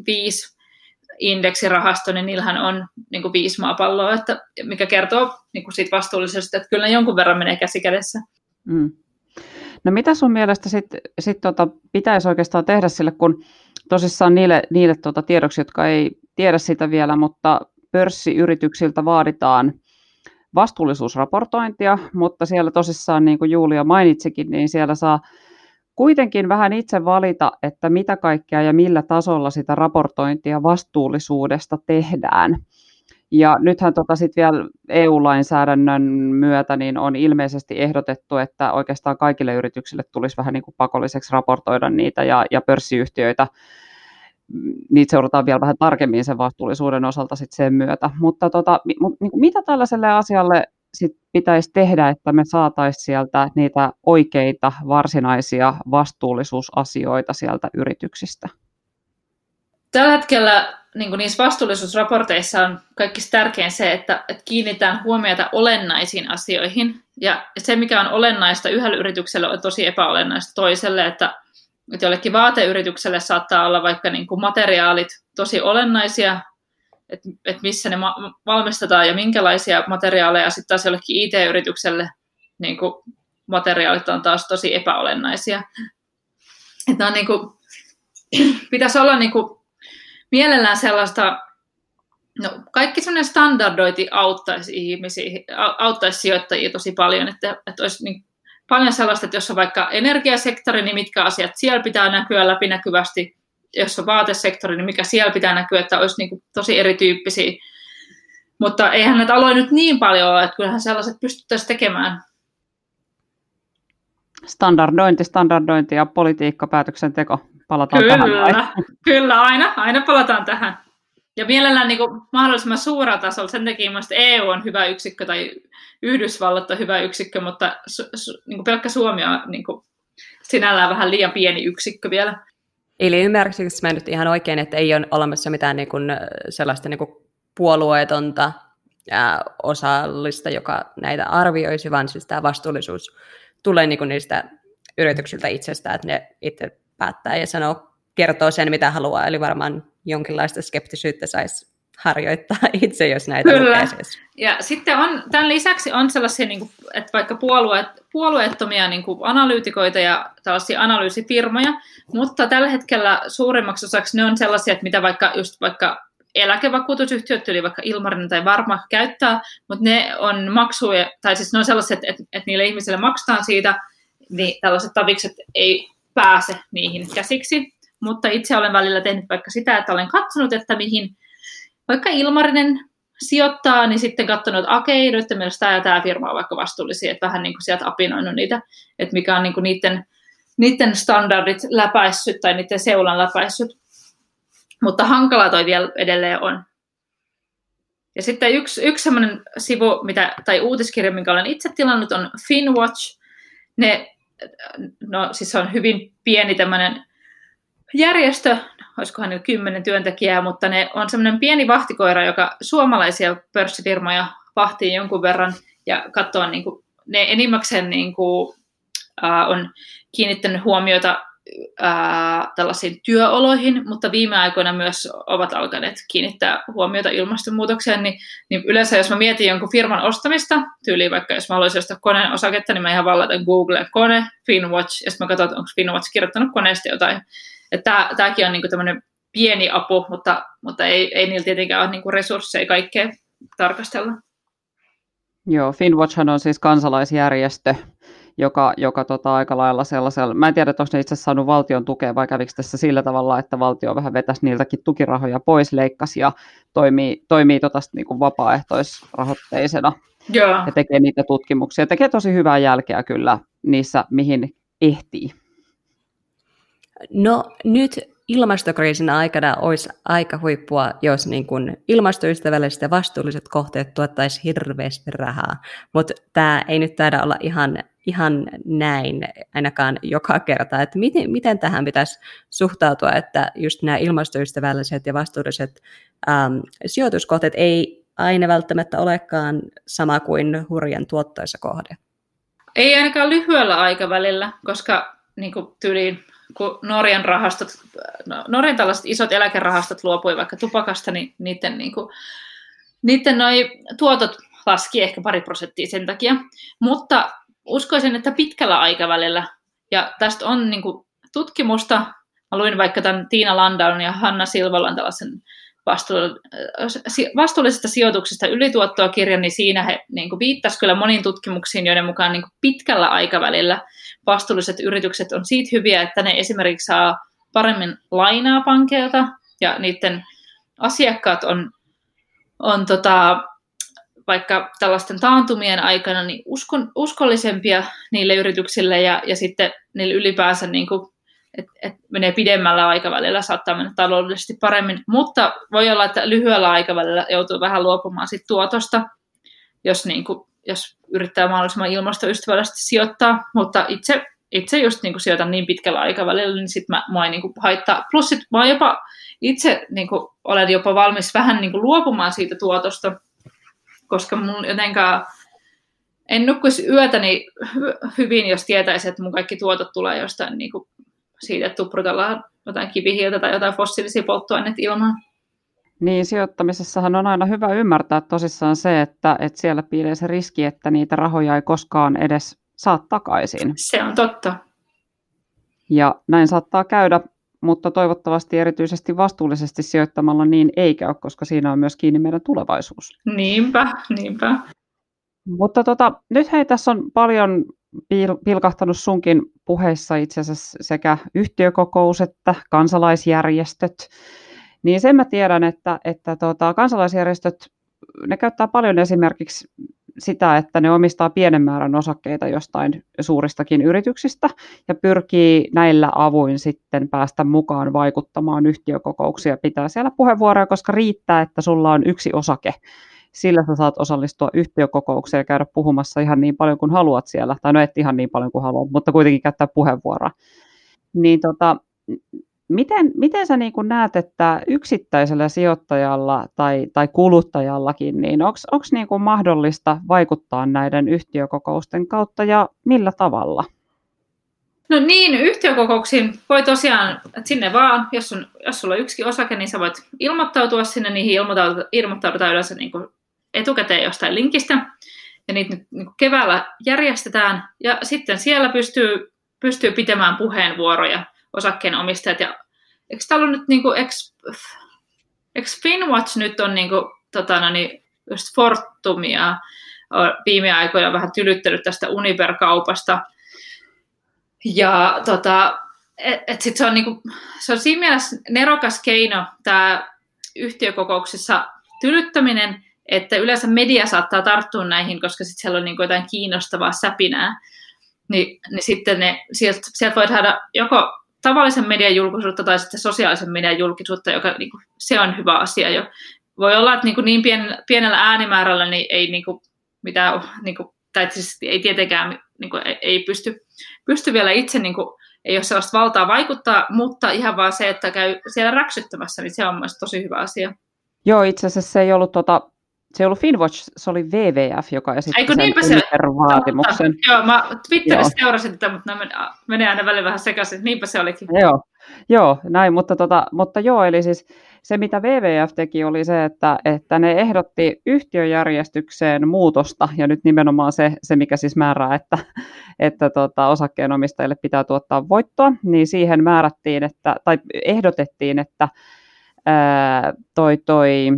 kaksikymmentäviisi-indeksirahasto, niin niillähän on niin kuin viisi maapalloa, että, mikä kertoo niin kuin siitä vastuullisesta, että kyllä ne jonkun verran menee käsi kädessä. Mm. No mitä sun mielestä sit, sit tota, pitäisi oikeastaan tehdä sille, kun tosissaan niille, niille tota tiedoksi, jotka ei tiedä sitä vielä, mutta pörssiyrityksiltä vaaditaan vastuullisuusraportointia, mutta siellä tosissaan, niin kuin Julia mainitsikin, niin siellä saa kuitenkin vähän itse valita, että mitä kaikkea ja millä tasolla sitä raportointia vastuullisuudesta tehdään. Ja nythän tota sit vielä E U-lainsäädännön myötä niin on ilmeisesti ehdotettu, että oikeastaan kaikille yrityksille tulisi vähän niin kuin pakolliseksi raportoida niitä ja, ja pörssiyhtiöitä. Niitä seurataan vielä vähän tarkemmin sen vastuullisuuden osalta sit sen myötä. Mutta tota, niin kuin mitä tällaiselle asialle sit pitäisi tehdä, että me saataisiin sieltä niitä oikeita varsinaisia vastuullisuusasioita sieltä yrityksistä? Tällä hetkellä niin kuin niissä vastuullisuusraporteissa on kaikista tärkein se, että, että kiinnitetään huomiota olennaisiin asioihin. Ja se, mikä on olennaista yhdelle yritykselle, on tosi epäolennaista toiselle. Että, että jollekin vaateyritykselle saattaa olla vaikka niin kuin materiaalit tosi olennaisia, että, että missä ne ma- valmistetaan ja minkälaisia materiaaleja. Sitten taas jollekin I T-yritykselle niin kuin materiaalit on taas tosi epäolennaisia. Että on niin kuin, pitäisi olla niin kuin mielellään sellaista, no kaikki sellainen standardointi auttaisi ihmisiä, auttaisi sijoittajia tosi paljon, että, että olisi niin paljon sellaista, että jos on vaikka energiasektori, niin mitkä asiat siellä pitää näkyä läpinäkyvästi, jos on vaatesektori, niin mikä siellä pitää näkyä, että olisi niin kuin tosi erityyppisiä. Mutta eihän näitä aloja nyt niin paljon ole, että kyllähän sellaiset pystyttäisiin tekemään. Standardointi, standardointi ja politiikka, päätöksenteko. Palataan kyllä, tähän. Kyllä, aina, aina palataan tähän. Ja mielellään niin kuin mahdollisimman suurella tasolla. Sen takia minusta E U on hyvä yksikkö tai Yhdysvallat on hyvä yksikkö, mutta su, su, niin kuin pelkkä Suomi on niin kuin sinällään vähän liian pieni yksikkö vielä. Eli ymmärrätkö mä nyt ihan oikein, että ei ole olemassa mitään niin kuin sellaista niin kuin puolueetonta ää, osallista, joka näitä arvioisi, vaan siis tämä vastuullisuus tulee niin kuin niistä yrityksiltä itsestään, että ne itse päättää ja sanoo, kertoo sen, mitä haluaa. Eli varmaan jonkinlaista skeptisyyttä saisi harjoittaa itse, jos näitä Kyllä. lukee siis. Ja sitten on, tämän lisäksi on sellaisia, niin kuin, että vaikka puolueet, puolueettomia niin kuin analyytikoita ja tällaisia analyysifirmoja, mutta tällä hetkellä suurimmaksi osaksi ne on sellaisia, että mitä vaikka, just vaikka eläkevakuutusyhtiöt, eli vaikka Ilmarinen tai Varma käyttää, mutta ne on maksuja, tai siis ne on sellaiset, että, että niille ihmisille maksetaan siitä, niin tällaiset tavikset ei pääse niihin käsiksi. Mutta itse olen välillä tehnyt vaikka sitä, että olen katsonut, että mihin vaikka Ilmarinen sijoittaa, niin sitten katsonut, että okei, nyt mielestä tämä ja tämä firma on vaikka vastuullisia, että vähän niin kuin sieltä apinoinut niitä, että mikä on niin kuin niiden, niiden standardit läpäissyt tai niiden seulan läpäissyt. Mutta hankalaa toi vielä edelleen on. Ja sitten yksi, yksi sellainen sivu, mitä, tai uutiskirja, minkä olen itse tilannut, on Finwatch. Ne, no siis on hyvin pieni tämmöinen järjestö, olisikohan niillä kymmenen työntekijää, mutta ne on semmoinen pieni vahtikoira, joka suomalaisia pörssifirmoja vahtii jonkun verran ja katsoo, niin kuin, ne enimmäkseen niin kuin, uh, on kiinnittänyt huomiota ää, tällaisiin työoloihin, mutta viime aikoina myös ovat alkaneet kiinnittää huomiota ilmastonmuutokseen, niin, niin yleensä jos mä mietin jonkun firman ostamista, tyyliin vaikka jos mä haluaisin ostaa koneen osaketta, niin mä ihan vallatan Google kone, Finwatch, ja sitten mä katson, onko Finwatch kirjoittanut koneesta jotain. Että tämäkin on niinku tämmöinen pieni apu, mutta, mutta ei, ei niillä tietenkään ole niinku resursseja kaikkea tarkastella. Joo, Finwatchhan on siis kansalaisjärjestö, joka, joka tota, aika lailla sellaisella, mä en tiedä, että onko ne itse asiassa saanut valtion tukea vai kävikö tässä sillä tavalla, että valtio vähän vetäisi niiltäkin tukirahoja pois, leikkasi ja toimii, toimii tota, niin kuin vapaaehtoisrahoitteisena. Joo. Ja tekee niitä tutkimuksia. Tekee tosi hyvää jälkeä kyllä niissä, mihin ehtii. No nyt ilmastokriisin aikana olisi aika huippua, jos niin kuin ilmastoystävälliset ja vastuulliset kohteet tuottaisi hirveästi rahaa, mutta tämä ei nyt taida olla ihan, ihan näin ainakaan joka kerta, että miten, miten tähän pitäisi suhtautua, että just nämä ilmastoystävälliset ja vastuulliset äm, sijoituskohteet ei aina välttämättä olekaan sama kuin hurjan tuottoisa kohde. Ei ainakaan lyhyellä aikavälillä, koska niin kuin tyyliin kun Norjan rahastot, Norjan tällaiset isot eläkerahastot luopui vaikka tupakasta, niin niiden, niin kuin, niiden noi tuotot laski ehkä pari prosenttia sen takia. Mutta uskoisin, että pitkällä aikavälillä, ja tästä on niin kuin tutkimusta, mä luin vaikka tämän Tiina Landaun ja Hanna Silvolan tällaisen vastuullisesta sijoituksesta ylituottoa kirjan, niin siinä he niin kuin viittasivat kyllä moniin tutkimuksiin, joiden mukaan niin kuin pitkällä aikavälillä vastuulliset yritykset on siitä hyviä, että ne esimerkiksi saa paremmin lainaa pankeilta ja niiden asiakkaat on, on tota, vaikka tällaisten taantumien aikana niin uskon, uskollisempia niille yrityksille ja, ja sitten niille ylipäänsä niin kuin että et menee pidemmällä aikavälillä, saattaa mennä taloudellisesti paremmin, mutta voi olla, että lyhyellä aikavälillä joutuu vähän luopumaan sit tuotosta, jos, niin kuin, jos yrittää mahdollisimman ilmastoystävällisesti sijoittaa, mutta itse, itse just niin kuin sijoitan niin pitkällä aikavälillä, niin sitten mä, mua ei niin kuin haittaa. Plus sit mä jopa itse niin kuin, olen jopa valmis vähän niin kuin luopumaan siitä tuotosta, koska mun jotenkaan en nukkuisi yötäni hyvin, jos tietäisi, että mun kaikki tuotot tulee jostain niin kuin siitä, että tuprutellaan jotain kivihiiltä tai jotain fossiilisia polttoaineita ilmaan. Niin, sijoittamisessahan on aina hyvä ymmärtää tosissaan se, että, että siellä piilee se riski, että niitä rahoja ei koskaan edes saa takaisin. Se on totta. Ja näin saattaa käydä, mutta toivottavasti erityisesti vastuullisesti sijoittamalla niin ei käy, koska siinä on myös kiinni meidän tulevaisuus. Niinpä, niinpä. Mutta tota, nyt hei, tässä on paljon pilkahtanut sunkin puheissa itse asiassa sekä yhtiökokous että kansalaisjärjestöt. Niin sen mä tiedän, että, että tota, kansalaisjärjestöt, ne käyttää paljon esimerkiksi sitä, että ne omistaa pienen määrän osakkeita jostain suuristakin yrityksistä ja pyrkii näillä avuin sitten päästä mukaan vaikuttamaan yhtiökokouksia. Pitää siellä puheenvuoroja, koska riittää, että sulla on yksi osake. Sillä sä saat osallistua yhtiökokoukseen ja käydä puhumassa ihan niin paljon kuin haluat siellä. Tai no et ihan niin paljon kuin haluat, mutta kuitenkin käyttää puheenvuoroa. Niin tota, miten, miten sä niin kuin näet, että yksittäisellä sijoittajalla tai, tai kuluttajallakin, niin onko niin kuin mahdollista vaikuttaa näiden yhtiökokousten kautta ja millä tavalla? No niin, yhtiökokouksiin voi tosiaan, että sinne vaan, jos, on, jos sulla on yksi osake, niin sä voit ilmoittautua sinne, niihin ilmoittaudutaan, ilmoittaudutaan yleensä niin kuin etukäteen jostain linkistä, ja niitä nyt niin kuin keväällä järjestetään, ja sitten siellä pystyy, pystyy pitämään puheenvuoroja osakkeen omistajat, ja eikö täällä on nyt, niin kuin, eikö, eikö Finwatch nyt on niin kuin, tota, no niin, just Fortumia viime aikoina vähän tylyttänyt tästä Uniper-kaupasta. Ja tota, et, et sit se, on niinku, se on siinä mielessä nerokas keino tämä yhtiökokouksessa tylyttäminen, että yleensä media saattaa tarttua näihin, koska sit siellä on niinku jotain kiinnostavaa säpinää. Ni, niin sitten ne, sieltä, sieltä voi saada joko tavallisen median julkisuutta tai sitten sosiaalisen median julkisuutta, joka niinku, se on hyvä asia jo. Voi olla, että niinku niin pien, pienellä äänimäärällä niin ei niinku mitään, niinku, tai siis ei tietenkään niinku, ei, ei pysty, pysty vielä itse, niinku, ei ole sellaista valtaa vaikuttaa, mutta ihan vaan se, että käy siellä räksyttämässä, niin se on mielestäni tosi hyvä asia. Joo, itse asiassa se ei ollut tota se ei ollut Finwatch, se oli W W F, joka esitti Eikö, sen Uniper-vaatimuksen. Joo, mä Twitterissä seurasin tätä, mutta menee aina välillä vähän sekaisin. Niinpä se olikin. Joo, joo näin, mutta, tota, mutta joo, eli siis se mitä W W F teki oli se, että, että ne ehdotti yhtiöjärjestykseen muutosta, ja nyt nimenomaan se, se mikä siis määrää, että, että tota, osakkeenomistajille pitää tuottaa voittoa, niin siihen määrättiin, että, tai ehdotettiin, että ää, toi, toi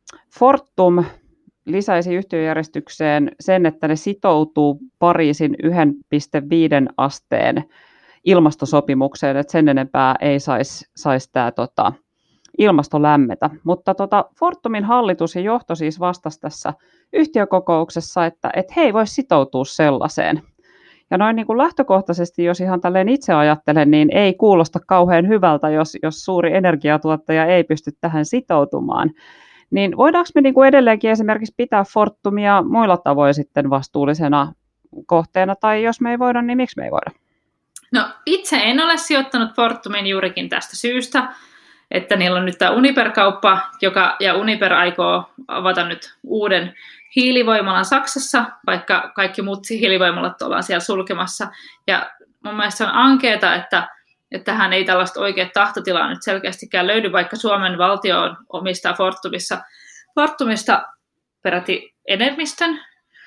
Fortum lisäisi yhtiöjärjestykseen sen, että ne sitoutuu Pariisin yksi pilkku viisi asteen ilmastosopimukseen, että sen enempää ei saisi sais tämä tota, ilmasto lämmetä. Mutta tota, Fortumin hallitus ja johto siis vastasi tässä yhtiökokouksessa, että et he ei voi sitoutua sellaiseen. Ja noin niin kuin lähtökohtaisesti, jos ihan tälleen itse ajattelen, niin ei kuulosta kauhean hyvältä, jos, jos suuri energiatuottaja ei pysty tähän sitoutumaan. Niin voidaanko me niin kuin edelleenkin esimerkiksi pitää Fortumia muilla tavoin sitten vastuullisena kohteena, tai jos me ei voida, niin miksi me ei voida? No itse en ole sijoittanut Fortumiin juurikin tästä syystä, että niillä on nyt tämä Uniper-kauppa, joka, ja Uniper aikoo avata nyt uuden hiilivoimalan Saksassa, vaikka kaikki muut hiilivoimalat ollaan siellä sulkemassa. Ja mun mielestä on ankeeta, että, että tähän ei tällaista oikeaa tahtotilaa nyt selkeästikään löydy, vaikka Suomen valtio on omistaa Fortumissa, Fortumista peräti enemmistön.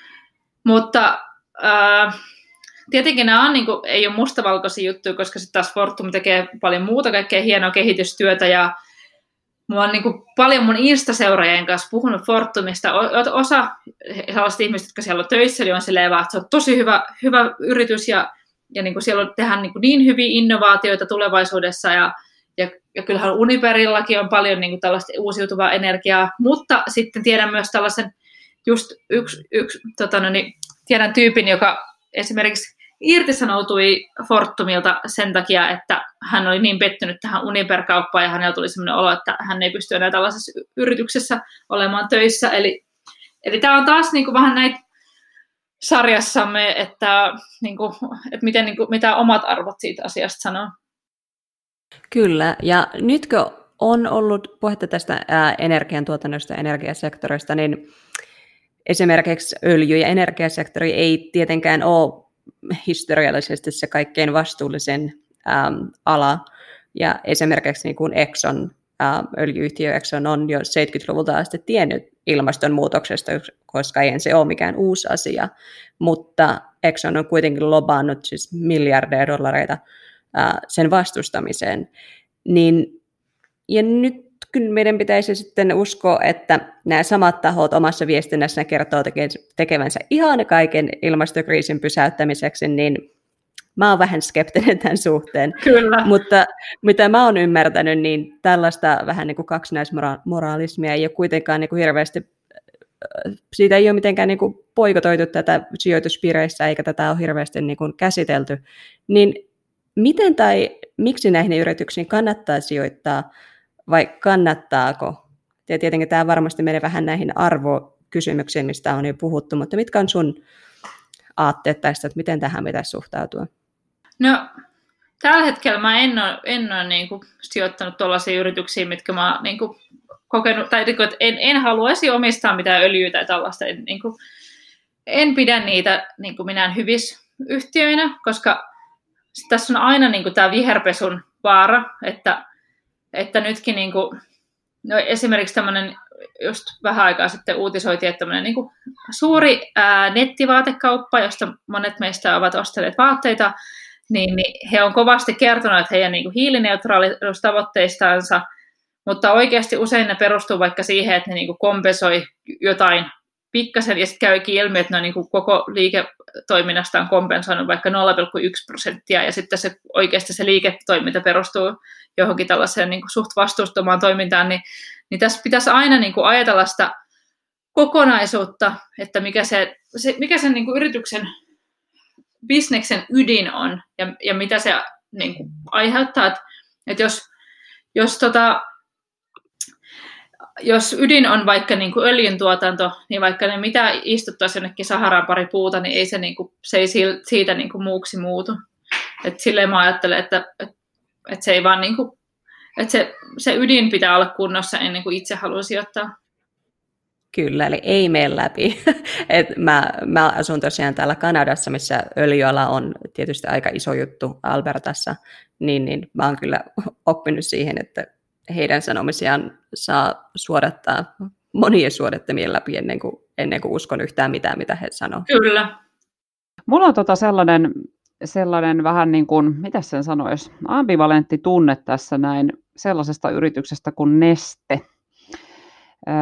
Mutta äh, tietenkin nämä on, niin kuin, ei ole mustavalkoisia juttuja, koska sitten taas Fortum tekee paljon muuta kaikkea hienoa kehitystyötä, ja mä oon niin kuin paljon mun Insta-seuraajien kanssa puhunut Fortumista. Osa sellaisista ihmistä, jotka siellä on töissä, niin on silleen vaan, että se on tosi hyvä, hyvä yritys, ja, ja niin kuin siellä tehdään niin, kuin niin hyviä innovaatioita tulevaisuudessa, ja, ja, ja kyllähän Uniperillakin on paljon niin kuin tällaista uusiutuvaa energiaa, mutta sitten tiedän myös tällaisen, just yksi, yksi tota no niin, tiedän tyypin, joka esimerkiksi irtisanoutui Fortumilta sen takia, että hän oli niin pettynyt tähän Uniper-kauppaan, ja hänellä tuli sellainen olo, että hän ei pysty enää tällaisessa yrityksessä olemaan töissä. Eli, eli tämä on taas niin kuin vähän näitä sarjassamme, että, niin kuin, että miten, niin kuin, mitä omat arvot siitä asiasta sanoo. Kyllä, ja nytkö on ollut puhetta tästä ää, energiantuotannosta ja energiasektorista, niin esimerkiksi öljy- ja energiasektori ei tietenkään ole historiallisesti se kaikkein vastuullisen äm, ala. Ja esimerkiksi niin kuin Exxon, ä, öljyyhtiö Exxon on jo seitsemänkymmentäluvulta asti tiennyt ilmastonmuutoksesta, koska ei se ole mikään uusi asia. Mutta Exxon on kuitenkin lobannut siis miljardeja dollareita ä, sen vastustamiseen. Niin, ja nyt kyllä meidän pitäisi sitten uskoa, että nämä samat tahot omassa viestinnässä kertoo tekevänsä ihan kaiken ilmastokriisin pysäyttämiseksi, niin mä oon vähän skeptinen tämän suhteen. Kyllä. Mutta mitä mä oon ymmärtänyt, niin tällaista vähän niin kuin kaksinaismoraalismia ei ole kuitenkaan niin kuin hirveästi, siitä ei ole mitenkään niin kuin poikotoitu tätä sijoituspiireissä, eikä tätä ole hirveästi niin kuin käsitelty. Niin miten tai miksi näihin yrityksiin kannattaa sijoittaa, vai kannattaako? Ja tietenkin tämä varmasti menee vähän näihin arvokysymyksiin, mistä on jo puhuttu, mutta mitkä on sun aatteet tästä, että miten tähän pitäisi suhtautua? No, tällä hetkellä mä en ole, en ole niin kuin sijoittanut tuollaisiin yrityksiin, mitkä mä oon niin kuin kokenut, tai niin kuin, että en, en haluaisi omistaa mitään öljyä tai tällaista. En, niin kuin, en pidä niitä niin kuin minään hyvisyhtiöinä, koska tässä on aina niin kuin tämä viherpesun vaara, että Että nytkin niin kuin, no esimerkiksi tämmöinen, just vähän aikaa sitten uutisoitiin, että tämmöinen niin kuin suuri ää, nettivaatekauppa, josta monet meistä ovat ostaneet vaatteita, niin, niin he on kovasti kertonut heidän niin kuin hiilineutraalisuustavoitteistansa, mutta oikeasti usein ne perustuu vaikka siihen, että ne niin kuin kompensoi jotain pikkasen, ja sitten käykin ilmi, että ne niin kuin koko liiketoiminnasta on kompensoinut vaikka nolla pilkku yksi prosenttia, ja sitten se, oikeasti se liiketoiminta perustuu johonkin tällaiseen niin kuin suht vastuuttomaan toimintaan, niin, niin tässä pitäisi aina niin kuin ajatella sitä kokonaisuutta, että mikä se, se, mikä sen niin kuin yrityksen bisneksen ydin on, ja, ja mitä se niin kuin aiheuttaa, että, että jos, jos tota, Jos ydin on vaikka niin kuin öljyntuotanto, niin vaikka ne mitä istuttaisi jonnekin Saharaan pari puuta, niin ei se, niin kuin, se ei siitä niin kuin muuksi muutu. Et silleen mä ajattelen, että, että, että se ei vaan niin kuin, että se, se ydin pitää olla kunnossa ennen kuin itse haluaa sijoittaa. Kyllä, eli ei mene läpi. Et mä, mä asun tosiaan täällä Kanadassa, missä öljyala on tietysti aika iso juttu Albertassa, niin, niin mä oon kyllä oppinut siihen, että heidän sanomisiaan saa suodattaa monien suodattamien läpi ennen kuin, ennen kuin uskon yhtään mitään, mitä he sanoo. Kyllä. Mulla on tota sellainen, sellainen vähän niin kuin, mitä sen sanoisi, ambivalentti tunne tässä näin sellaisesta yrityksestä kuin Neste. Öö,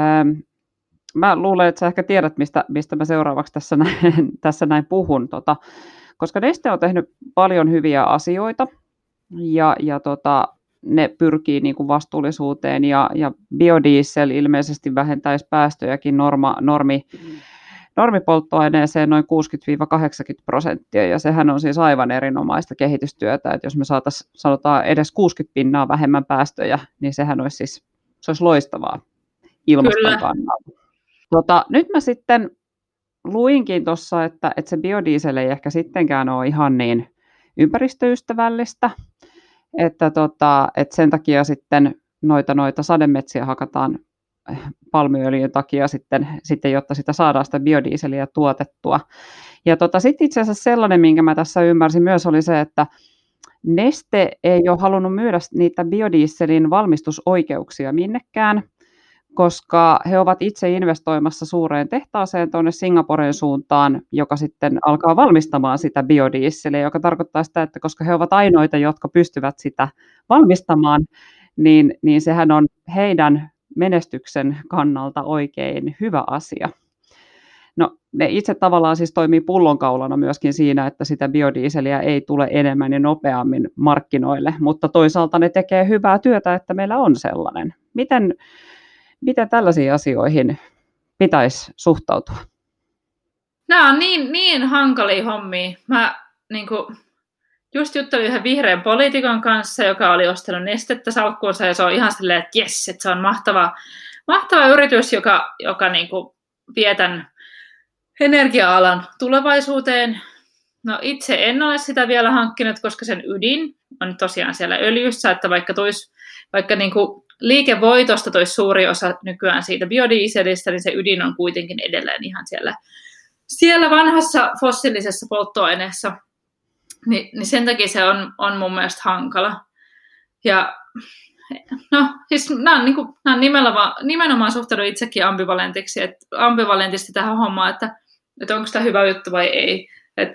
mä luulen, että sä ehkä tiedät, mistä, mistä mä seuraavaksi tässä näin, tässä näin puhun, tota, koska Neste on tehnyt paljon hyviä asioita ja, ja tota, ne pyrkii niin kuin vastuullisuuteen ja, ja biodiesel ilmeisesti vähentäisi päästöjäkin norma, normi, normipolttoaineeseen noin kuusikymmentä kahdeksankymmentä prosenttia, ja sehän on siis aivan erinomaista kehitystyötä, että jos me saataisiin sanotaan edes kuusikymmentä pinnaa vähemmän päästöjä, niin sehän olisi siis se olisi loistavaa ilmaston kannalta. Tota, nyt mä sitten luinkin tuossa, että, että se biodiesel ei ehkä sittenkään ole ihan niin ympäristöystävällistä, että, tota, että sen takia sitten noita, noita sademetsiä hakataan palmuöljyn takia sitten, sitten, jotta sitä saadaan sitä biodieseliä tuotettua. Ja tota, sitten itse asiassa sellainen, minkä mä tässä ymmärsin myös, oli se, että Neste ei ole halunnut myydä niitä biodieselin valmistusoikeuksia minnekään, koska he ovat itse investoimassa suureen tehtaaseen tuonne Singaporen suuntaan, joka sitten alkaa valmistamaan sitä biodieseliä, joka tarkoittaa sitä, että koska he ovat ainoita, jotka pystyvät sitä valmistamaan, niin, niin sehän on heidän menestyksen kannalta oikein hyvä asia. No, ne itse tavallaan siis toimii pullonkaulana myöskin siinä, että sitä biodieseliä ei tule enemmän ja nopeammin markkinoille, mutta toisaalta ne tekee hyvää työtä, että meillä on sellainen. Miten, miten tällaisiin asioihin pitäisi suhtautua? Nämä on niin, niin hankalia hommia. Mä niin kuin, just juttelin yhden vihreän poliitikon kanssa, joka oli ostanut Nestettä salkkuunsa, ja se on ihan silleen, että jes, että se on mahtava, mahtava yritys, joka, joka niin kuin vie tämän energia-alan tulevaisuuteen. No itse en ole sitä vielä hankkinut, koska sen ydin on tosiaan siellä öljyssä, että vaikka, tois, vaikka niin kuin liikevoitosta toisi suuri osa nykyään siitä biodieselistä, niin se ydin on kuitenkin edelleen ihan siellä, siellä vanhassa fossiilisessa polttoaineessa. Ni, niin sen takia se on, on mun mielestä hankala. Ja no, siis nämä on, niin kuin, nämä on nimenomaan, nimenomaan suhtaudun itsekin ambivalentiksi, että ambivalentisti tähän hommaan, että, että onko tämä hyvä juttu vai ei. Et,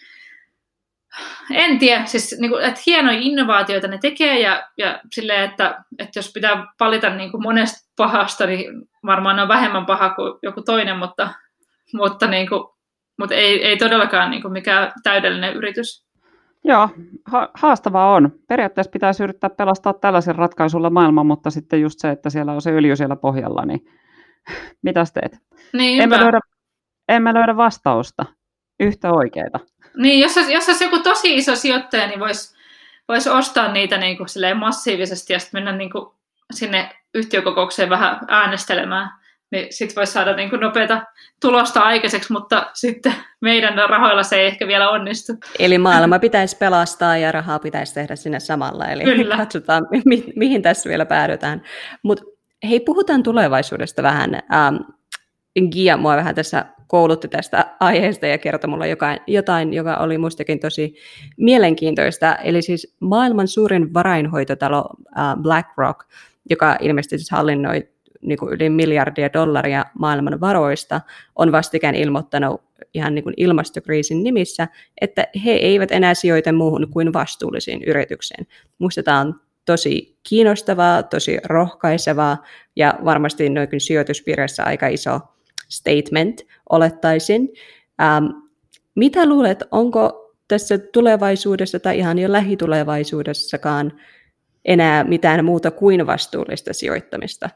en tiedä, siis niin kuin, että hienoja innovaatioita ne tekee, ja, ja silleen, että, että jos pitää valita niin kuin monesta pahasta, niin varmaan on vähemmän paha kuin joku toinen, mutta, mutta, niin kuin, mutta ei, ei todellakaan niin kuin mikään täydellinen yritys. Joo, ha- haastavaa on. Periaatteessa pitäisi yrittää pelastaa tällaisen ratkaisulla maailman, mutta sitten just se, että siellä on se öljy siellä pohjalla, niin mitäs teet? Niin, emme, löydä, emme löydä vastausta, yhtä oikeaa. Niin, jos olisi, jos olisi joku tosi iso sijoittaja, niin voisi vois ostaa niitä niin kuin silleen massiivisesti ja sitten mennä niin kuin sinne yhtiökokoukseen vähän äänestelemään. Niin sitten voisi saada niin kuin nopeata tulosta aikaiseksi, mutta sitten meidän rahoilla se ei ehkä vielä onnistu. Eli maailma pitäisi pelastaa ja rahaa pitäisi tehdä sinne samalla. Eli Kyllä. katsotaan, mi- mihin tässä vielä päädytään. Mutta hei, puhutaan tulevaisuudesta vähän. Ähm, Gia mua vähän tässä koulutti tästä aiheesta ja kertoi mulle jotain, jotain, joka oli mustakin tosi mielenkiintoista. Eli siis maailman suurin varainhoitotalo äh, BlackRock, joka ilmeisesti siis hallinnoi niin kuin yli miljardia dollaria maailman varoista, on vastikään ilmoittanut ihan niin kuin ilmastokriisin nimissä, että he eivät enää sijoita muuhun kuin vastuullisiin yrityksiin. Minusta tämä on tosi kiinnostavaa, tosi rohkaisevaa ja varmasti noikin sijoituspiirissä aika iso statement, olettaisin. Ähm, mitä luulet, onko tässä tulevaisuudessa tai ihan jo lähitulevaisuudessakaan enää mitään muuta kuin vastuullista sijoittamista?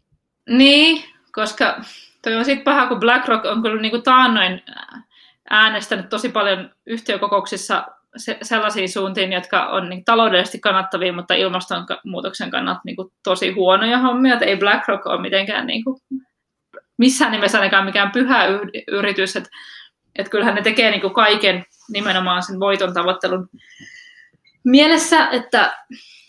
Niin, koska toi on sitten paha, kun BlackRock on kyllä niin kuin taannoin äänestänyt tosi paljon yhtiökokouksissa se, sellaisiin suuntiin, jotka on niin taloudellisesti kannattavia, mutta ilmastonmuutoksen kannalta niin kuin tosi huonoja hommia. Et ei BlackRock ole mitenkään niin kuin, missään nimessä ainakaan mikään pyhä yritys. Että et kyllähän ne tekee niin kuin kaiken nimenomaan sen voiton tavoittelun mielessä, että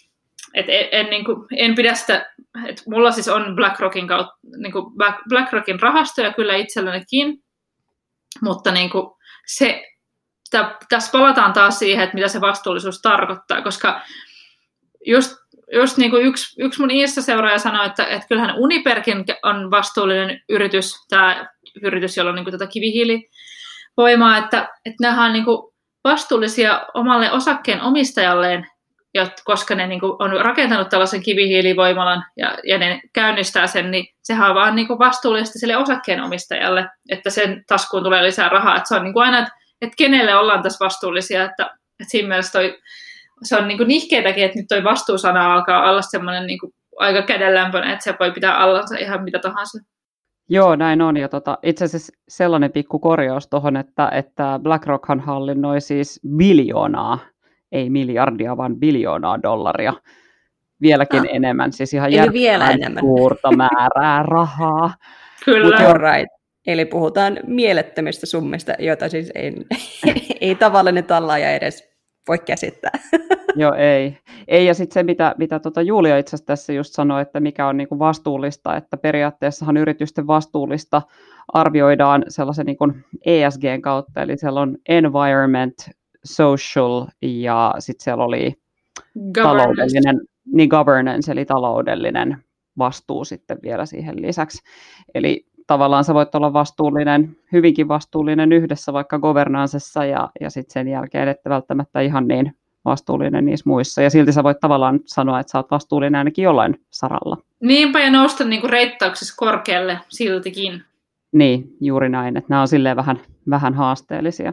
et en, en, niin kuin, en pidä sitä, että mulla siis on BlackRockin, kautta, niin kuin BlackRockin rahastoja kyllä itsellänikin, mutta niin kuin se, tä, tässä palataan taas siihen, että mitä se vastuullisuus tarkoittaa, koska just, just niin kuin yksi, yksi mun Insta-seuraaja sanoi, että, että kyllähän Uniperkin on vastuullinen yritys, tämä yritys, jolla on niin kuin tätä kivihiilivoimaa, että, että nämä on niin kuin vastuullisia omalle osakkeen omistajalleen, koska ne niin kuin on rakentanut tällaisen kivihiilivoimalan ja, ja ne käynnistää sen, niin sehän on vaan niin kuin vastuullista sille osakkeenomistajalle, että sen taskuun tulee lisää rahaa. Että se on niin kuin aina, että, että kenelle ollaan tässä vastuullisia, että, että siinä mielessä toi, se on niin kuin nihkeitäkin, että nyt toi vastuusana alkaa olla semmoinen niin kuin aika kädenlämpöinen, että se voi pitää allansa ihan mitä tahansa. Joo, näin on. Ja tota, itse asiassa sellainen pikku korjaus tuohon, että, että BlackRockhan hallinnoi siis biljoonaa, ei miljardia, vaan biljoonaa dollaria. Vieläkin ah. enemmän, siis ihan järjestelmän suurta määrää rahaa. Kyllä. Right. Eli puhutaan mielettömistä summista, joita siis ei, ei tavallinen tallaaja edes voi käsittää. Joo, ei. ei. Ja sitten se, mitä, mitä tuota Julia itse asiassa tässä just sanoi, että mikä on niinku vastuullista, että periaatteessahan yritysten vastuullista arvioidaan sellaisen niinku E S G:n kautta, eli siellä on environment, social ja sitten siellä oli taloudellinen, niin governance, eli taloudellinen vastuu sitten vielä siihen lisäksi. Eli tavallaan sä voit olla vastuullinen, hyvinkin vastuullinen yhdessä vaikka governancessa ja, ja sitten sen jälkeen, että välttämättä ihan niin vastuullinen niissä muissa. Ja silti sä voit tavallaan sanoa, että sä oot vastuullinen ainakin jollain saralla. Niinpä, ja nousta niinku reittauksessa korkealle siltikin. Niin, juuri näin, että nämä on silleen vähän, vähän haasteellisia.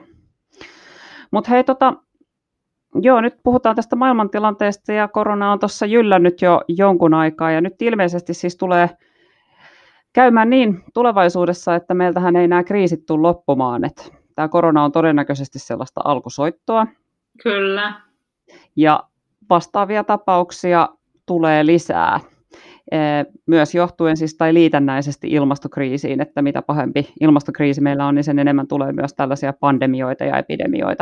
Mutta hei, tota, joo, nyt puhutaan tästä maailmantilanteesta ja korona on tuossa jyllännyt jo jonkun aikaa ja nyt ilmeisesti siis tulee käymään niin tulevaisuudessa, että meiltähän ei nämä kriisit tule loppumaan, että tämä korona on todennäköisesti sellaista alkusoittoa. Kyllä. Ja vastaavia tapauksia tulee lisää, myös johtuen siis tai liitännäisesti ilmastokriisiin, että mitä pahempi ilmastokriisi meillä on, niin sen enemmän tulee myös tällaisia pandemioita ja epidemioita.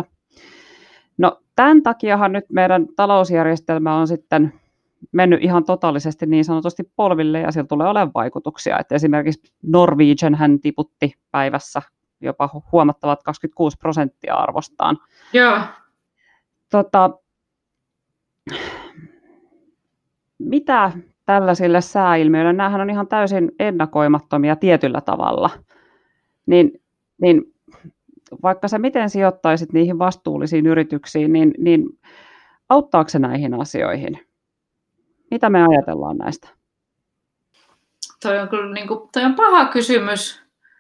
No tämän takiahan nyt meidän talousjärjestelmä on sitten mennyt ihan totaalisesti niin sanotusti polville ja sillä tulee olemaan vaikutuksia. Että esimerkiksi Norwegian hän tiputti päivässä jopa huomattavat kaksikymmentäkuusi prosenttia arvostaan. Joo. Tota, mitä tällaisille sääilmiöille, näähän on ihan täysin ennakoimattomia tietyllä tavalla, niin, niin vaikka sä miten sijoittaisit niihin vastuullisiin yrityksiin, niin, niin auttaako se näihin asioihin? Mitä me ajatellaan näistä? Toi on kyllä niin kuin, toi on paha kysymys.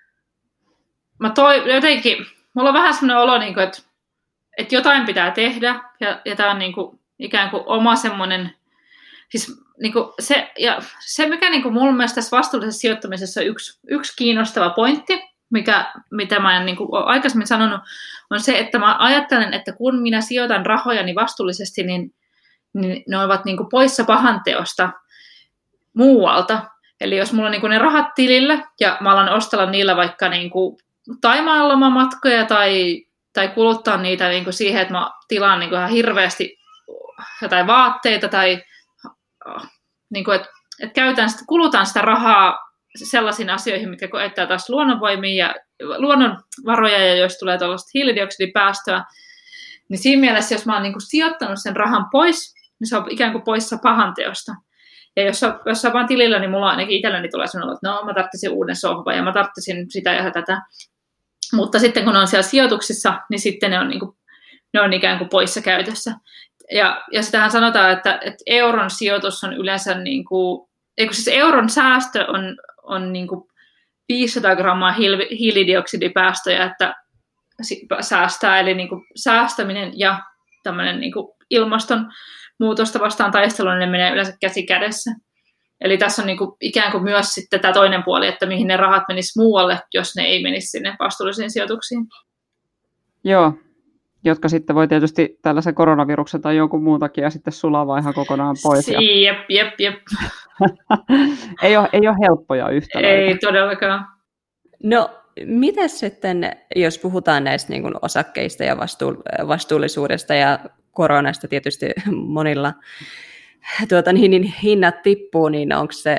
Mä toi, jotenkin, mulla on vähän sellainen olo, niin kuin, että, että jotain pitää tehdä, ja, ja tämä on niin kuin, ikään kuin oma semmoinen, siis niin kuin se, ja se mikä niin kuin mun mielestä tässä vastuullisessa sijoittamisessa on yksi, yksi kiinnostava pointti, mikä, mitä mä en niin kuin ole aikaisemmin sanonut, on se, että mä ajattelen, että kun minä sijoitan rahojani vastuullisesti, niin, niin ne ovat niin kuin poissa pahanteosta muualta. Eli jos mulla on niin kuin ne rahat tilillä ja mä alan ostella niillä vaikka niin kuin Thaimaan lomamatkoja tai, tai kuluttaa niitä niin kuin siihen, että mä tilaan niin kuin ihan hirveästi jotain vaatteita tai niin kuin, että, että käytän sitä, kulutan sitä rahaa sellaisiin asioihin, mitkä koettaa taas luonnonvoimia ja luonnonvaroja ja jos tulee tuollaista hiilidioksidipäästöä, niin siinä mielessä, jos mä oon niin kuin sijoittanut sen rahan pois, niin se on ikään kuin poissa pahanteosta. Ja jos on, jos on vaan tilillä, niin mulla ainakin itselläni tulee sanoa, että no mä tarvitsin uuden sohvan ja mä tarvitsin sitä ja tätä. Mutta sitten kun ne on siellä sijoituksissa, niin sitten ne on, niin kuin, ne on ikään kuin poissa käytössä. Ja, ja sitähän sanotaan, että, että euron sijoitus on yleensä, niin kuin, eikö siis euron säästö on, on niin kuin viisisataa grammaa hiilidioksidipäästöjä, että säästää, eli niin kuin säästäminen ja tämmöinen niin kuin ilmastonmuutosta vastaan taistelu, niin ne menee yleensä käsi kädessä. Eli tässä on niin kuin ikään kuin myös sitten tämä toinen puoli, että mihin ne rahat menis muualle, jos ne ei menisi sinne vastuullisiin sijoituksiin. Joo, jotka sitten voi tietysti tällaisen koronaviruksen tai jonkun muun takia sitten sulaa ihan kokonaan pois. Ja... Jep, jep, jep. ei, ole, ei ole helppoja yhtälöitä. Ei todellakaan. No, mitäs sitten, jos puhutaan näistä niin kuin osakkeista ja vastuu, vastuullisuudesta ja koronasta tietysti monilla tuota, niin, niin hinnat tippuu, niin onko se,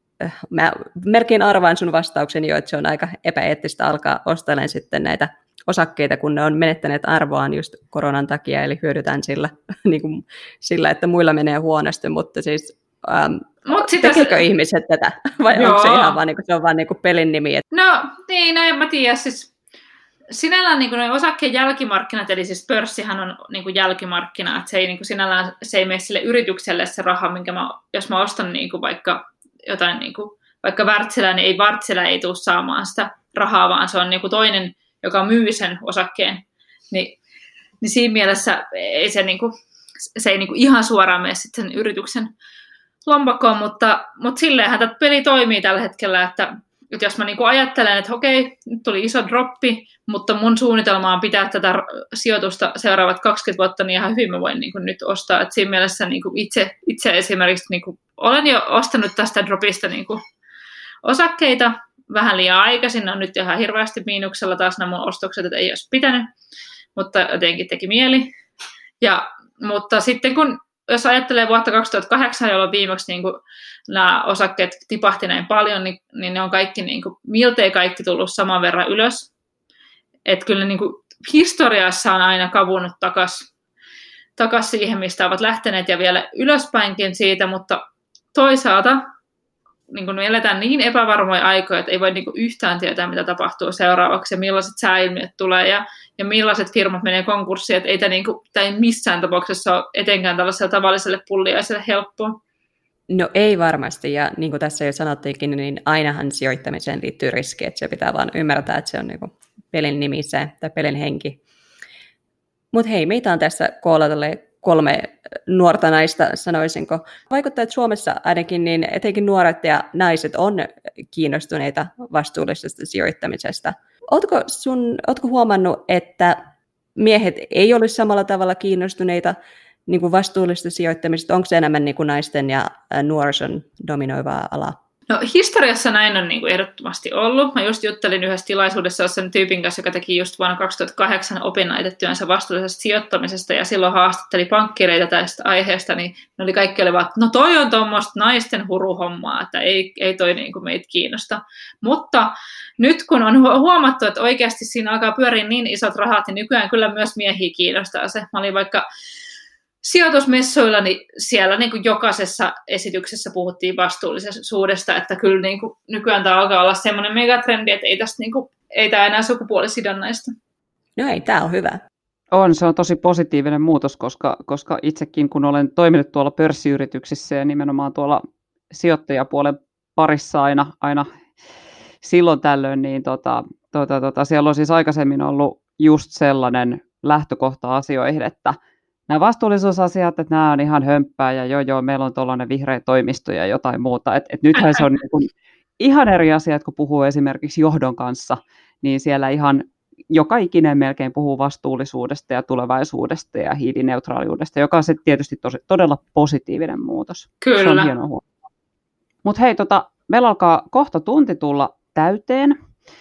mä melkein arvaan sun vastaukseni jo, että se on aika epäeettistä alkaa ostelemaan sitten näitä osakkeita, kun ne on menettäneet arvoaan just koronan takia, eli hyödytään sillä, niin kuin, sillä että muilla menee huonosti, mutta siis ähm, Mut tekeekö se... ihmiset tätä, vai Joo. onko se ihan vaan, niin kuin, se on vaan niin kuin pelin nimi? Että... No niin, no en mä tiedä, siis sinällään niin kuin osakkeen jälkimarkkinat, eli siis pörssihän on niin kuin jälkimarkkina, että se ei niin kuin sinällään se ei mene sille yritykselle se raha, minkä mä, jos mä ostan niin kuin vaikka jotain, niin kuin, vaikka Wärtsilä, niin ei Wärtsilä ei tule saamaan sitä rahaa, vaan se on niin kuin toinen, joka myy sen osakkeen, niin, niin siinä mielessä ei se, niin kuin, se ei niin kuin ihan suoraan mene sitten sen yrityksen lompakkoon, mutta, mutta silleenhän tämä peli toimii tällä hetkellä, että, että jos mä niin kuin ajattelen, että okei, nyt tuli iso droppi, mutta mun suunnitelma on pitää tätä sijoitusta seuraavat kaksikymmentä vuotta, niin ihan hyvin mä voin niin kuin nyt ostaa. Että siinä mielessä niin kuin itse, itse esimerkiksi niin kuin olen jo ostanut tästä dropista niin kuin osakkeita, vähän liian aikaisin, on nyt ihan hirveästi miinuksella taas nämä mun ostokset, että ei olisi pitänyt, mutta jotenkin teki mieli. Ja, mutta sitten kun, jos ajattelee vuotta kaksituhattakahdeksan, jolloin viimeksi niin kuin nämä osakkeet tipahti näin paljon, niin, niin ne on kaikki, niin kuin, miltei kaikki tullut saman verran ylös. Että kyllä niin kuin, historiassa on aina kavunut takaisin takas siihen, mistä ovat lähteneet ja vielä ylöspäinkin siitä, mutta toisaalta niin kun me eletään niin epävarmoja aikoja, että ei voi niin kun yhtään tietää, mitä tapahtuu seuraavaksi ja millaiset sääilmiöt tulee ja, ja millaiset firmat menee konkurssiin. Että ei tämä niin kun, ei missään tapauksessa ole etenkään tällaiselle tavalliselle pulliaiselle helppoa. No ei varmasti, ja niin kuin tässä jo sanottiinkin, niin ainahan sijoittamiseen liittyy riski, että se pitää vaan ymmärtää, että se on niin kuin pelin nimissä tai pelin henki. Mutta hei, meitä on tässä koolla kolme nuorta naista, sanoisinko. Vaikuttaa, että Suomessa ainakin niin etenkin nuoret ja naiset on kiinnostuneita vastuullisesta sijoittamisesta. Ootko, sun, ootko huomannut, että miehet ei ole samalla tavalla kiinnostuneita niin kuin vastuullisesta sijoittamisesta? Onko se enemmän niin kuin naisten ja nuorison dominoivaa alaa? No historiassa näin on niin kuin ehdottomasti ollut. Mä just juttelin yhdessä tilaisuudessa sen tyypin kanssa, joka teki just vuonna kaksituhattakahdeksan opinnäytetyönsä vastuullisesta sijoittamisesta ja silloin haastatteli pankkireita tästä aiheesta, niin ne oli kaikki olivat, että no toi on tuommoista naisten huruhommaa, että ei, ei toi niin kuin meitä kiinnosta. Mutta nyt kun on huomattu, että oikeasti siinä alkaa pyöriä niin isot rahat, niin nykyään kyllä myös miehiä kiinnostaa se. Mä olin vaikka sijoitusmessuilla, niin siellä niin kuin jokaisessa esityksessä puhuttiin vastuullisuudesta, että kyllä niin kuin nykyään tämä alkaa olla semmoinen megatrendi, että ei, tästä niin kuin, ei tämä enää sukupuolisidonnaista. No ei, tämä on hyvä. On, se on tosi positiivinen muutos, koska, koska itsekin kun olen toiminut tuolla pörssiyrityksissä ja nimenomaan tuolla sijoittajapuolen parissa aina, aina silloin tällöin, niin tota, tota, tota, siellä on siis aikaisemmin ollut just sellainen lähtökohta asioihin, että nämä vastuullisuusasiat, että nämä on ihan hömppää ja joo joo, meillä on tuollainen vihreä toimisto ja jotain muuta. Et, et nythän se on niin kuin ihan eri asia, kun puhuu esimerkiksi johdon kanssa, niin siellä ihan joka ikinen melkein puhuu vastuullisuudesta ja tulevaisuudesta ja hiilineutraaliudesta, joka on se tietysti tosi, todella positiivinen muutos. Kyllä. Se on hieno huomio. Mutta hei, tota, meillä alkaa kohta tunti tulla täyteen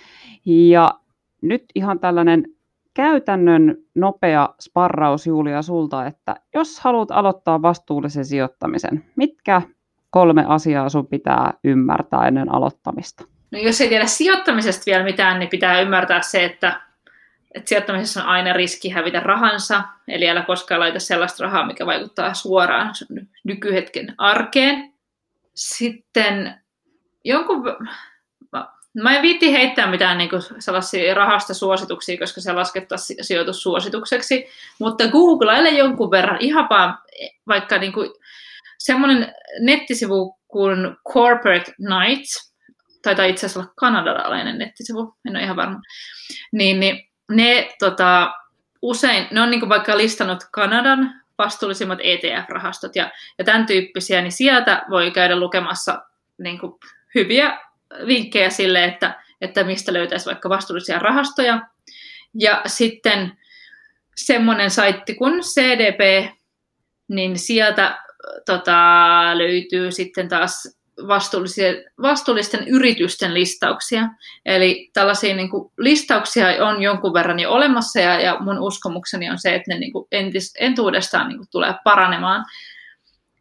ja nyt ihan tällainen käytännön nopea sparraus Julia sulta, että jos haluat aloittaa vastuullisen sijoittamisen, mitkä kolme asiaa sun pitää ymmärtää ennen aloittamista? No jos ei tiedä sijoittamisesta vielä mitään, niin pitää ymmärtää se, että, että sijoittamisessa on aina riski hävitä rahansa, eli älä koskaan laita sellaista rahaa, mikä vaikuttaa suoraan nykyhetken arkeen. Sitten jonkun... Mä en viitti heittää mitään niin kuin sellaisia rahastasuosituksia, koska se laskettaisiin sijoitussuositukseksi, mutta googlaile jonkun verran ihan vaan vaikka niin kuin semmoinen nettisivu kuin Corporate Knights, taitaa itse asiassa olla kanadalainen nettisivu, en ole ihan varma, niin, niin ne tota, usein, ne on niin kuin vaikka listannut Kanadan vastuullisimmat E T F-rahastot ja, ja tämän tyyppisiä, niin sieltä voi käydä lukemassa niin kuin hyviä vinkkejä sille, että, että mistä löytäisi vaikka vastuullisia rahastoja. Ja sitten semmoinen saitti kuin C D P, niin sieltä tota, löytyy sitten taas vastuullisten yritysten listauksia. Eli tällaisia niin kuin, listauksia on jonkun verran jo olemassa, ja, ja mun uskomukseni on se, että ne niin kuin entis, entuudestaan niin kuin, tulee paranemaan.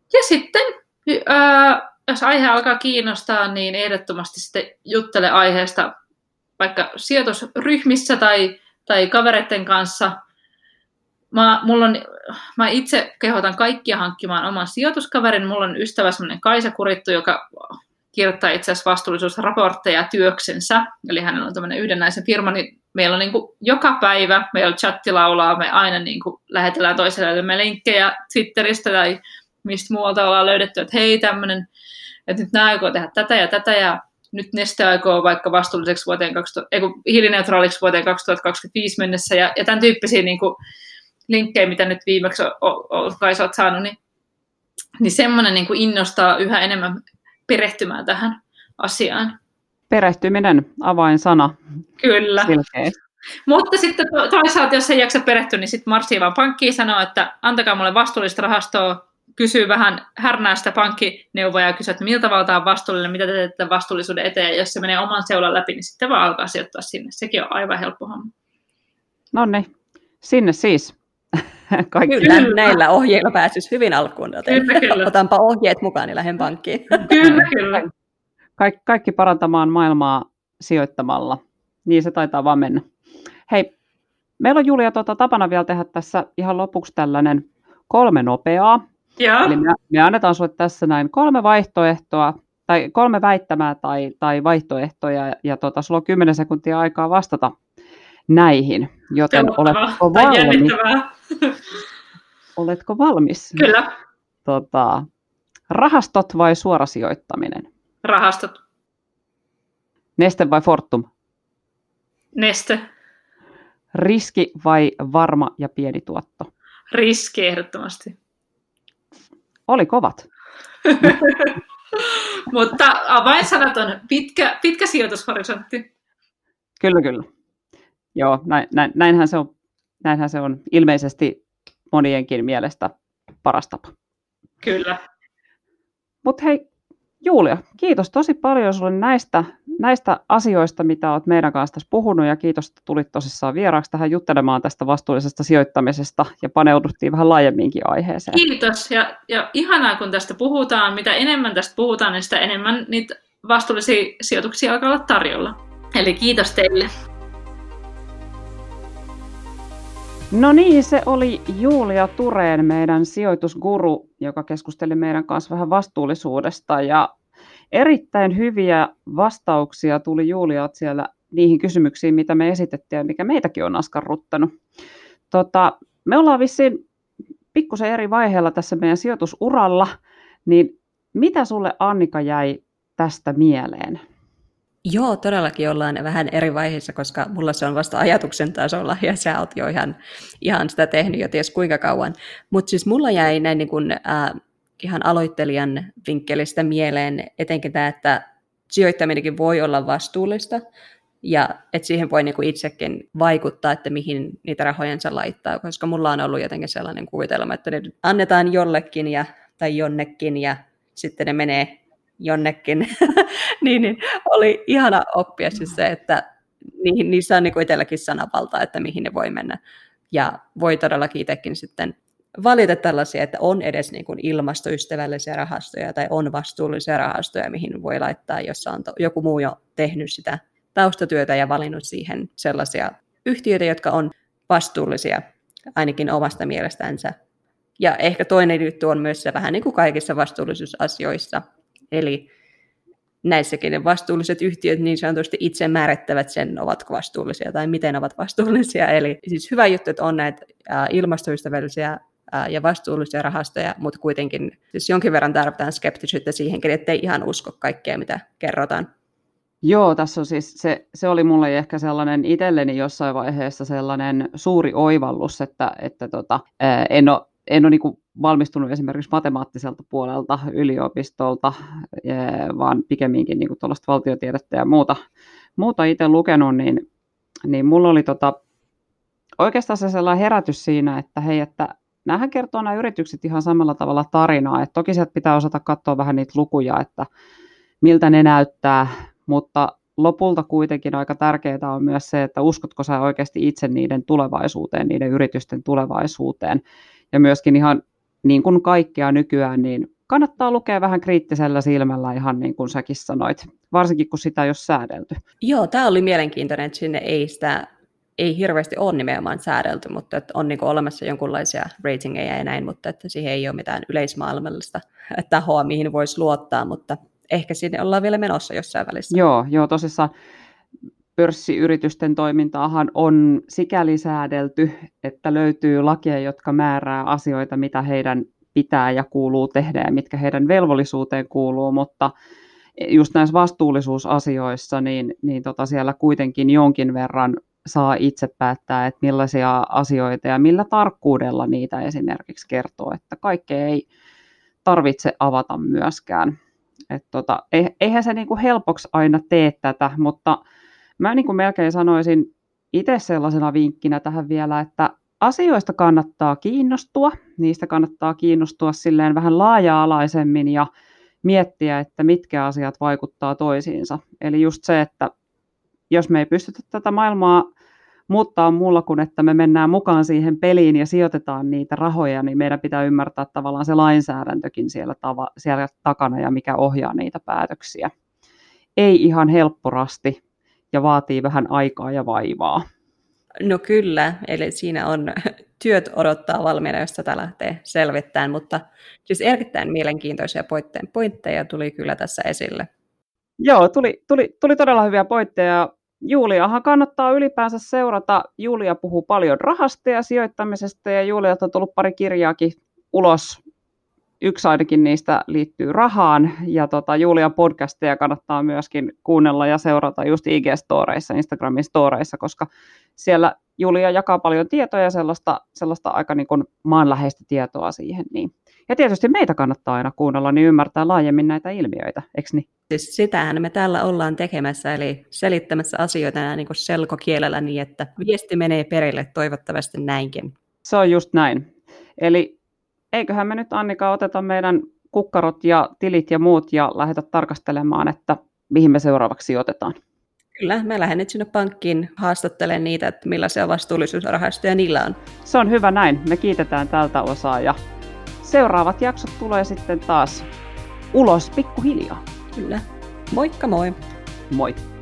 Ja sitten, ää, jos aihe alkaa kiinnostaa, niin ehdottomasti sitten juttele aiheesta vaikka sijoitusryhmissä tai, tai kavereiden kanssa. Mä, mulla on, mä itse kehotan kaikkia hankkimaan oman sijoituskaverin. Mulla on ystävä semmoinen Kaisa Kurittu, joka kirjoittaa itse asiassa vastuullisuusraportteja työksensä. Eli hänellä on tämmöinen yhden naisen firma, niin meillä on niin kuin joka päivä, meillä chatti laulaa, me aina niin kuin lähetellään toiselle linkkejä Twitteristä tai mistä muualta ollaan löydetty, että hei tämmöinen, että nyt nämä aikoo tehdä tätä ja tätä ja nyt Neste aikoo vaikka vastuulliseksi vuoteen kaksituhatta, ei kun hiilineutraaliksi vuoteen kaksituhattakaksikymmentäviisi mennessä ja, ja tämän tyyppisiä niin kuin linkkejä, mitä nyt viimeksi kai sä oot saanut, niin, niin semmoinen niin kuin innostaa yhä enemmän perehtymään tähän asiaan. Perehtyminen, avainsana. Kyllä. Selkeä. Mutta sitten toisaalta, jos ei jaksa perehtyä, niin sitten marssii vaan pankkiin sanoo, että antakaa mulle vastuullista rahastoa, kysyy vähän härnää sitä pankkineuvoja ja kysyy, että miltä tavalla tämä on vastuullinen, mitä te teette vastuullisuuden eteen, ja jos se menee oman seulan läpi, niin sitten vaan alkaa sijoittaa sinne. Sekin on aivan helppo homma. No niin, sinne siis. Kaikki. Kyllä, näillä ohjeilla pääsisi hyvin alkuun, joten kyllä, kyllä. Otanpa ohjeet mukaan, niin lähden pankkiin. Kyllä, kyllä. Kaik- kaikki parantamaan maailmaa sijoittamalla. Niin se taitaa vaan mennä. Hei, meillä on Julia tuota, tapana vielä tehdä tässä ihan lopuksi tällainen kolme nopeaa. Ja. Eli me, me annetaan sinulle tässä näin kolme vaihtoehtoa, tai kolme väittämää tai, tai vaihtoehtoja, ja, ja tuota, sulla on kymmenen sekuntia aikaa vastata näihin. Joten oletko valmis? Oletko valmis? Kyllä. Tota, rahastot vai suorasijoittaminen? Rahastot. Neste vai Fortum? Neste. Riski vai varma ja pieni tuotto? Riski ehdottomasti. Oli kovat. Mutta avainsanat on pitkä, pitkä sijoitushorisontti. Kyllä, kyllä. Joo, näin, näin, näinhän, se on, näinhän se on ilmeisesti monienkin mielestä paras tapa. Kyllä. Mutta hei, Julia, kiitos tosi paljon sinulle näistä, näistä asioista, mitä olet meidän kanssa tässä puhunut, ja kiitos, että tulit tosissaan vieraaksi tähän juttelemaan tästä vastuullisesta sijoittamisesta, ja paneuduttiin vähän laajemminkin aiheeseen. Kiitos, ja, ja ihanaa, kun tästä puhutaan. Mitä enemmän tästä puhutaan, niin sitä enemmän niitä vastuullisia sijoituksia alkaa olla tarjolla. Eli kiitos teille. No niin, se oli Julia Thurén, meidän sijoitusguru, joka keskusteli meidän kanssa vähän vastuullisuudesta. Ja erittäin hyviä vastauksia tuli Julialta siellä niihin kysymyksiin, mitä me esitettiin ja mikä meitäkin on askarruttanut. Tota, me ollaan vissiin pikkusen eri vaiheella tässä meidän sijoitusuralla, niin mitä sulle, Annika, jäi tästä mieleen? Joo, todellakin ollaan vähän eri vaiheissa, koska mulla se on vasta ajatuksen tasolla ja sä oot jo ihan, ihan sitä tehnyt jo ties kuinka kauan. Mutta siis mulla jäi näin niin kuin, äh, ihan aloittelijan vinkkelistä mieleen etenkin tämä, että sijoittaminenkin voi olla vastuullista ja että siihen voi niin kuin itsekin vaikuttaa, että mihin niitä rahojensa laittaa, koska mulla on ollut jotenkin sellainen kuvitelma, että ne annetaan jollekin ja, tai jonnekin ja sitten ne menee jonnekin, niin, niin oli ihana oppia siis se, että niihin, niissä on niin kuin itselläkin sananvaltaa, että mihin ne voi mennä. Ja voi todellakin itsekin sitten valita tällaisia, että on edes niin kuin ilmastoystävällisiä rahastoja tai on vastuullisia rahastoja, mihin voi laittaa, jossa on to- joku muu jo tehnyt sitä taustatyötä ja valinnut siihen sellaisia yhtiöitä, jotka on vastuullisia ainakin omasta mielestänsä. Ja ehkä toinen juttu on myös se vähän niin kuin kaikissa vastuullisuusasioissa. Eli näissäkin ne vastuulliset yhtiöt niin sanotusti itse määrittävät sen, ovatko vastuullisia tai miten ovat vastuullisia. Eli siis hyvä juttu, että on näitä ilmastoystävällisiä ja vastuullisia rahastoja, mutta kuitenkin siis jonkin verran tarvitaan skeptisyyttä siihenkin, ettei ihan usko kaikkea, mitä kerrotaan. Joo, tässä on siis, se, se oli mulle ehkä sellainen itselleni jossain vaiheessa sellainen suuri oivallus, että, että tota, en ole, en ole niin kuin valmistunut esimerkiksi matemaattiselta puolelta yliopistolta, vaan pikemminkin niin kuin tuollaista valtiotiedettä ja muuta, muuta itse lukenut, niin, niin mulla oli tota, oikeastaan se sellainen herätys siinä, että hei, että näähän kertoo nämä yritykset ihan samalla tavalla tarinaa, että toki sieltä pitää osata katsoa vähän niitä lukuja, että miltä ne näyttää, mutta lopulta kuitenkin aika tärkeää on myös se, että uskotko sä oikeasti itse niiden tulevaisuuteen, niiden yritysten tulevaisuuteen. Ja myöskin ihan niin kuin kaikkea nykyään, niin kannattaa lukea vähän kriittisellä silmällä, ihan niin kuin säkin sanoit, varsinkin kun sitä ei ole säädelty. Joo, tämä oli mielenkiintoinen, että sinne ei sitä ei hirveästi ole nimenomaan säädelty, mutta että on niin kuin olemassa jonkinlaisia ratingeja ja näin, mutta että siihen ei ole mitään yleismaailmallista tahoa, mihin voisi luottaa, mutta ehkä sinne ollaan vielä menossa jossain välissä. Joo, joo tosissaan pörssiyritysten toimintaahan on sikäli säädelty, että löytyy lakeja, jotka määrää asioita, mitä heidän pitää ja kuuluu tehdä ja mitkä heidän velvollisuuteen kuuluu, mutta just näissä vastuullisuusasioissa, niin, niin tota siellä kuitenkin jonkin verran saa itse päättää, että millaisia asioita ja millä tarkkuudella niitä esimerkiksi kertoo, että kaikkea ei tarvitse avata myöskään. Et tota, eihän se niinku helpoksi aina tee tätä, mutta mä niinku melkein sanoisin itse sellaisena vinkkinä tähän vielä, että asioista kannattaa kiinnostua, niistä kannattaa kiinnostua silleen vähän laaja-alaisemmin ja miettiä, että mitkä asiat vaikuttaa toisiinsa. Eli just se, että jos me ei pystytä tätä maailmaa muuttaa muulla kuin, että me mennään mukaan siihen peliin ja sijoitetaan niitä rahoja, niin meidän pitää ymmärtää tavallaan se lainsäädäntökin siellä, tava, siellä takana ja mikä ohjaa niitä päätöksiä. Ei ihan helpporasti ja vaatii vähän aikaa ja vaivaa. No kyllä, eli siinä on työt odottaa valmiina, jos tätä lähtee selvittämään, mutta siis erittäin mielenkiintoisia pointteja tuli kyllä tässä esille. Joo, tuli, tuli, tuli todella hyviä pointteja. Juliahan kannattaa ylipäänsä seurata. Julia puhuu paljon rahasta ja sijoittamisesta ja Julialta on tullut pari kirjaakin ulos. Yksi ainakin niistä liittyy rahaan ja tota, Julian podcasteja kannattaa myöskin kuunnella ja seurata just I G-storeissa, Instagramin storeissa, koska siellä Julia jakaa paljon tietoa ja sellaista, sellaista aika niin kuin maanläheistä tietoa siihen. Niin. Ja tietysti meitä kannattaa aina kuunnella, niin ymmärtää laajemmin näitä ilmiöitä, eikö niin? Siis sitähän me täällä ollaan tekemässä, eli selittämässä asioita näin niin kuin selkokielellä niin, että viesti menee perille toivottavasti näinkin. Se on just näin. Eli eiköhän me nyt Annika oteta meidän kukkarot ja tilit ja muut ja lähdetä tarkastelemaan, että mihin me seuraavaksi otetaan. Kyllä, mä lähden nyt sinne pankkiin haastattelemaan niitä, että millaisia vastuullisuusrahastoja niillä on. Se on hyvä näin. Me kiitetään tältä osaa ja seuraavat jaksot tulee sitten taas ulos pikkuhiljaa. Kyllä. Moikka moi! Moi!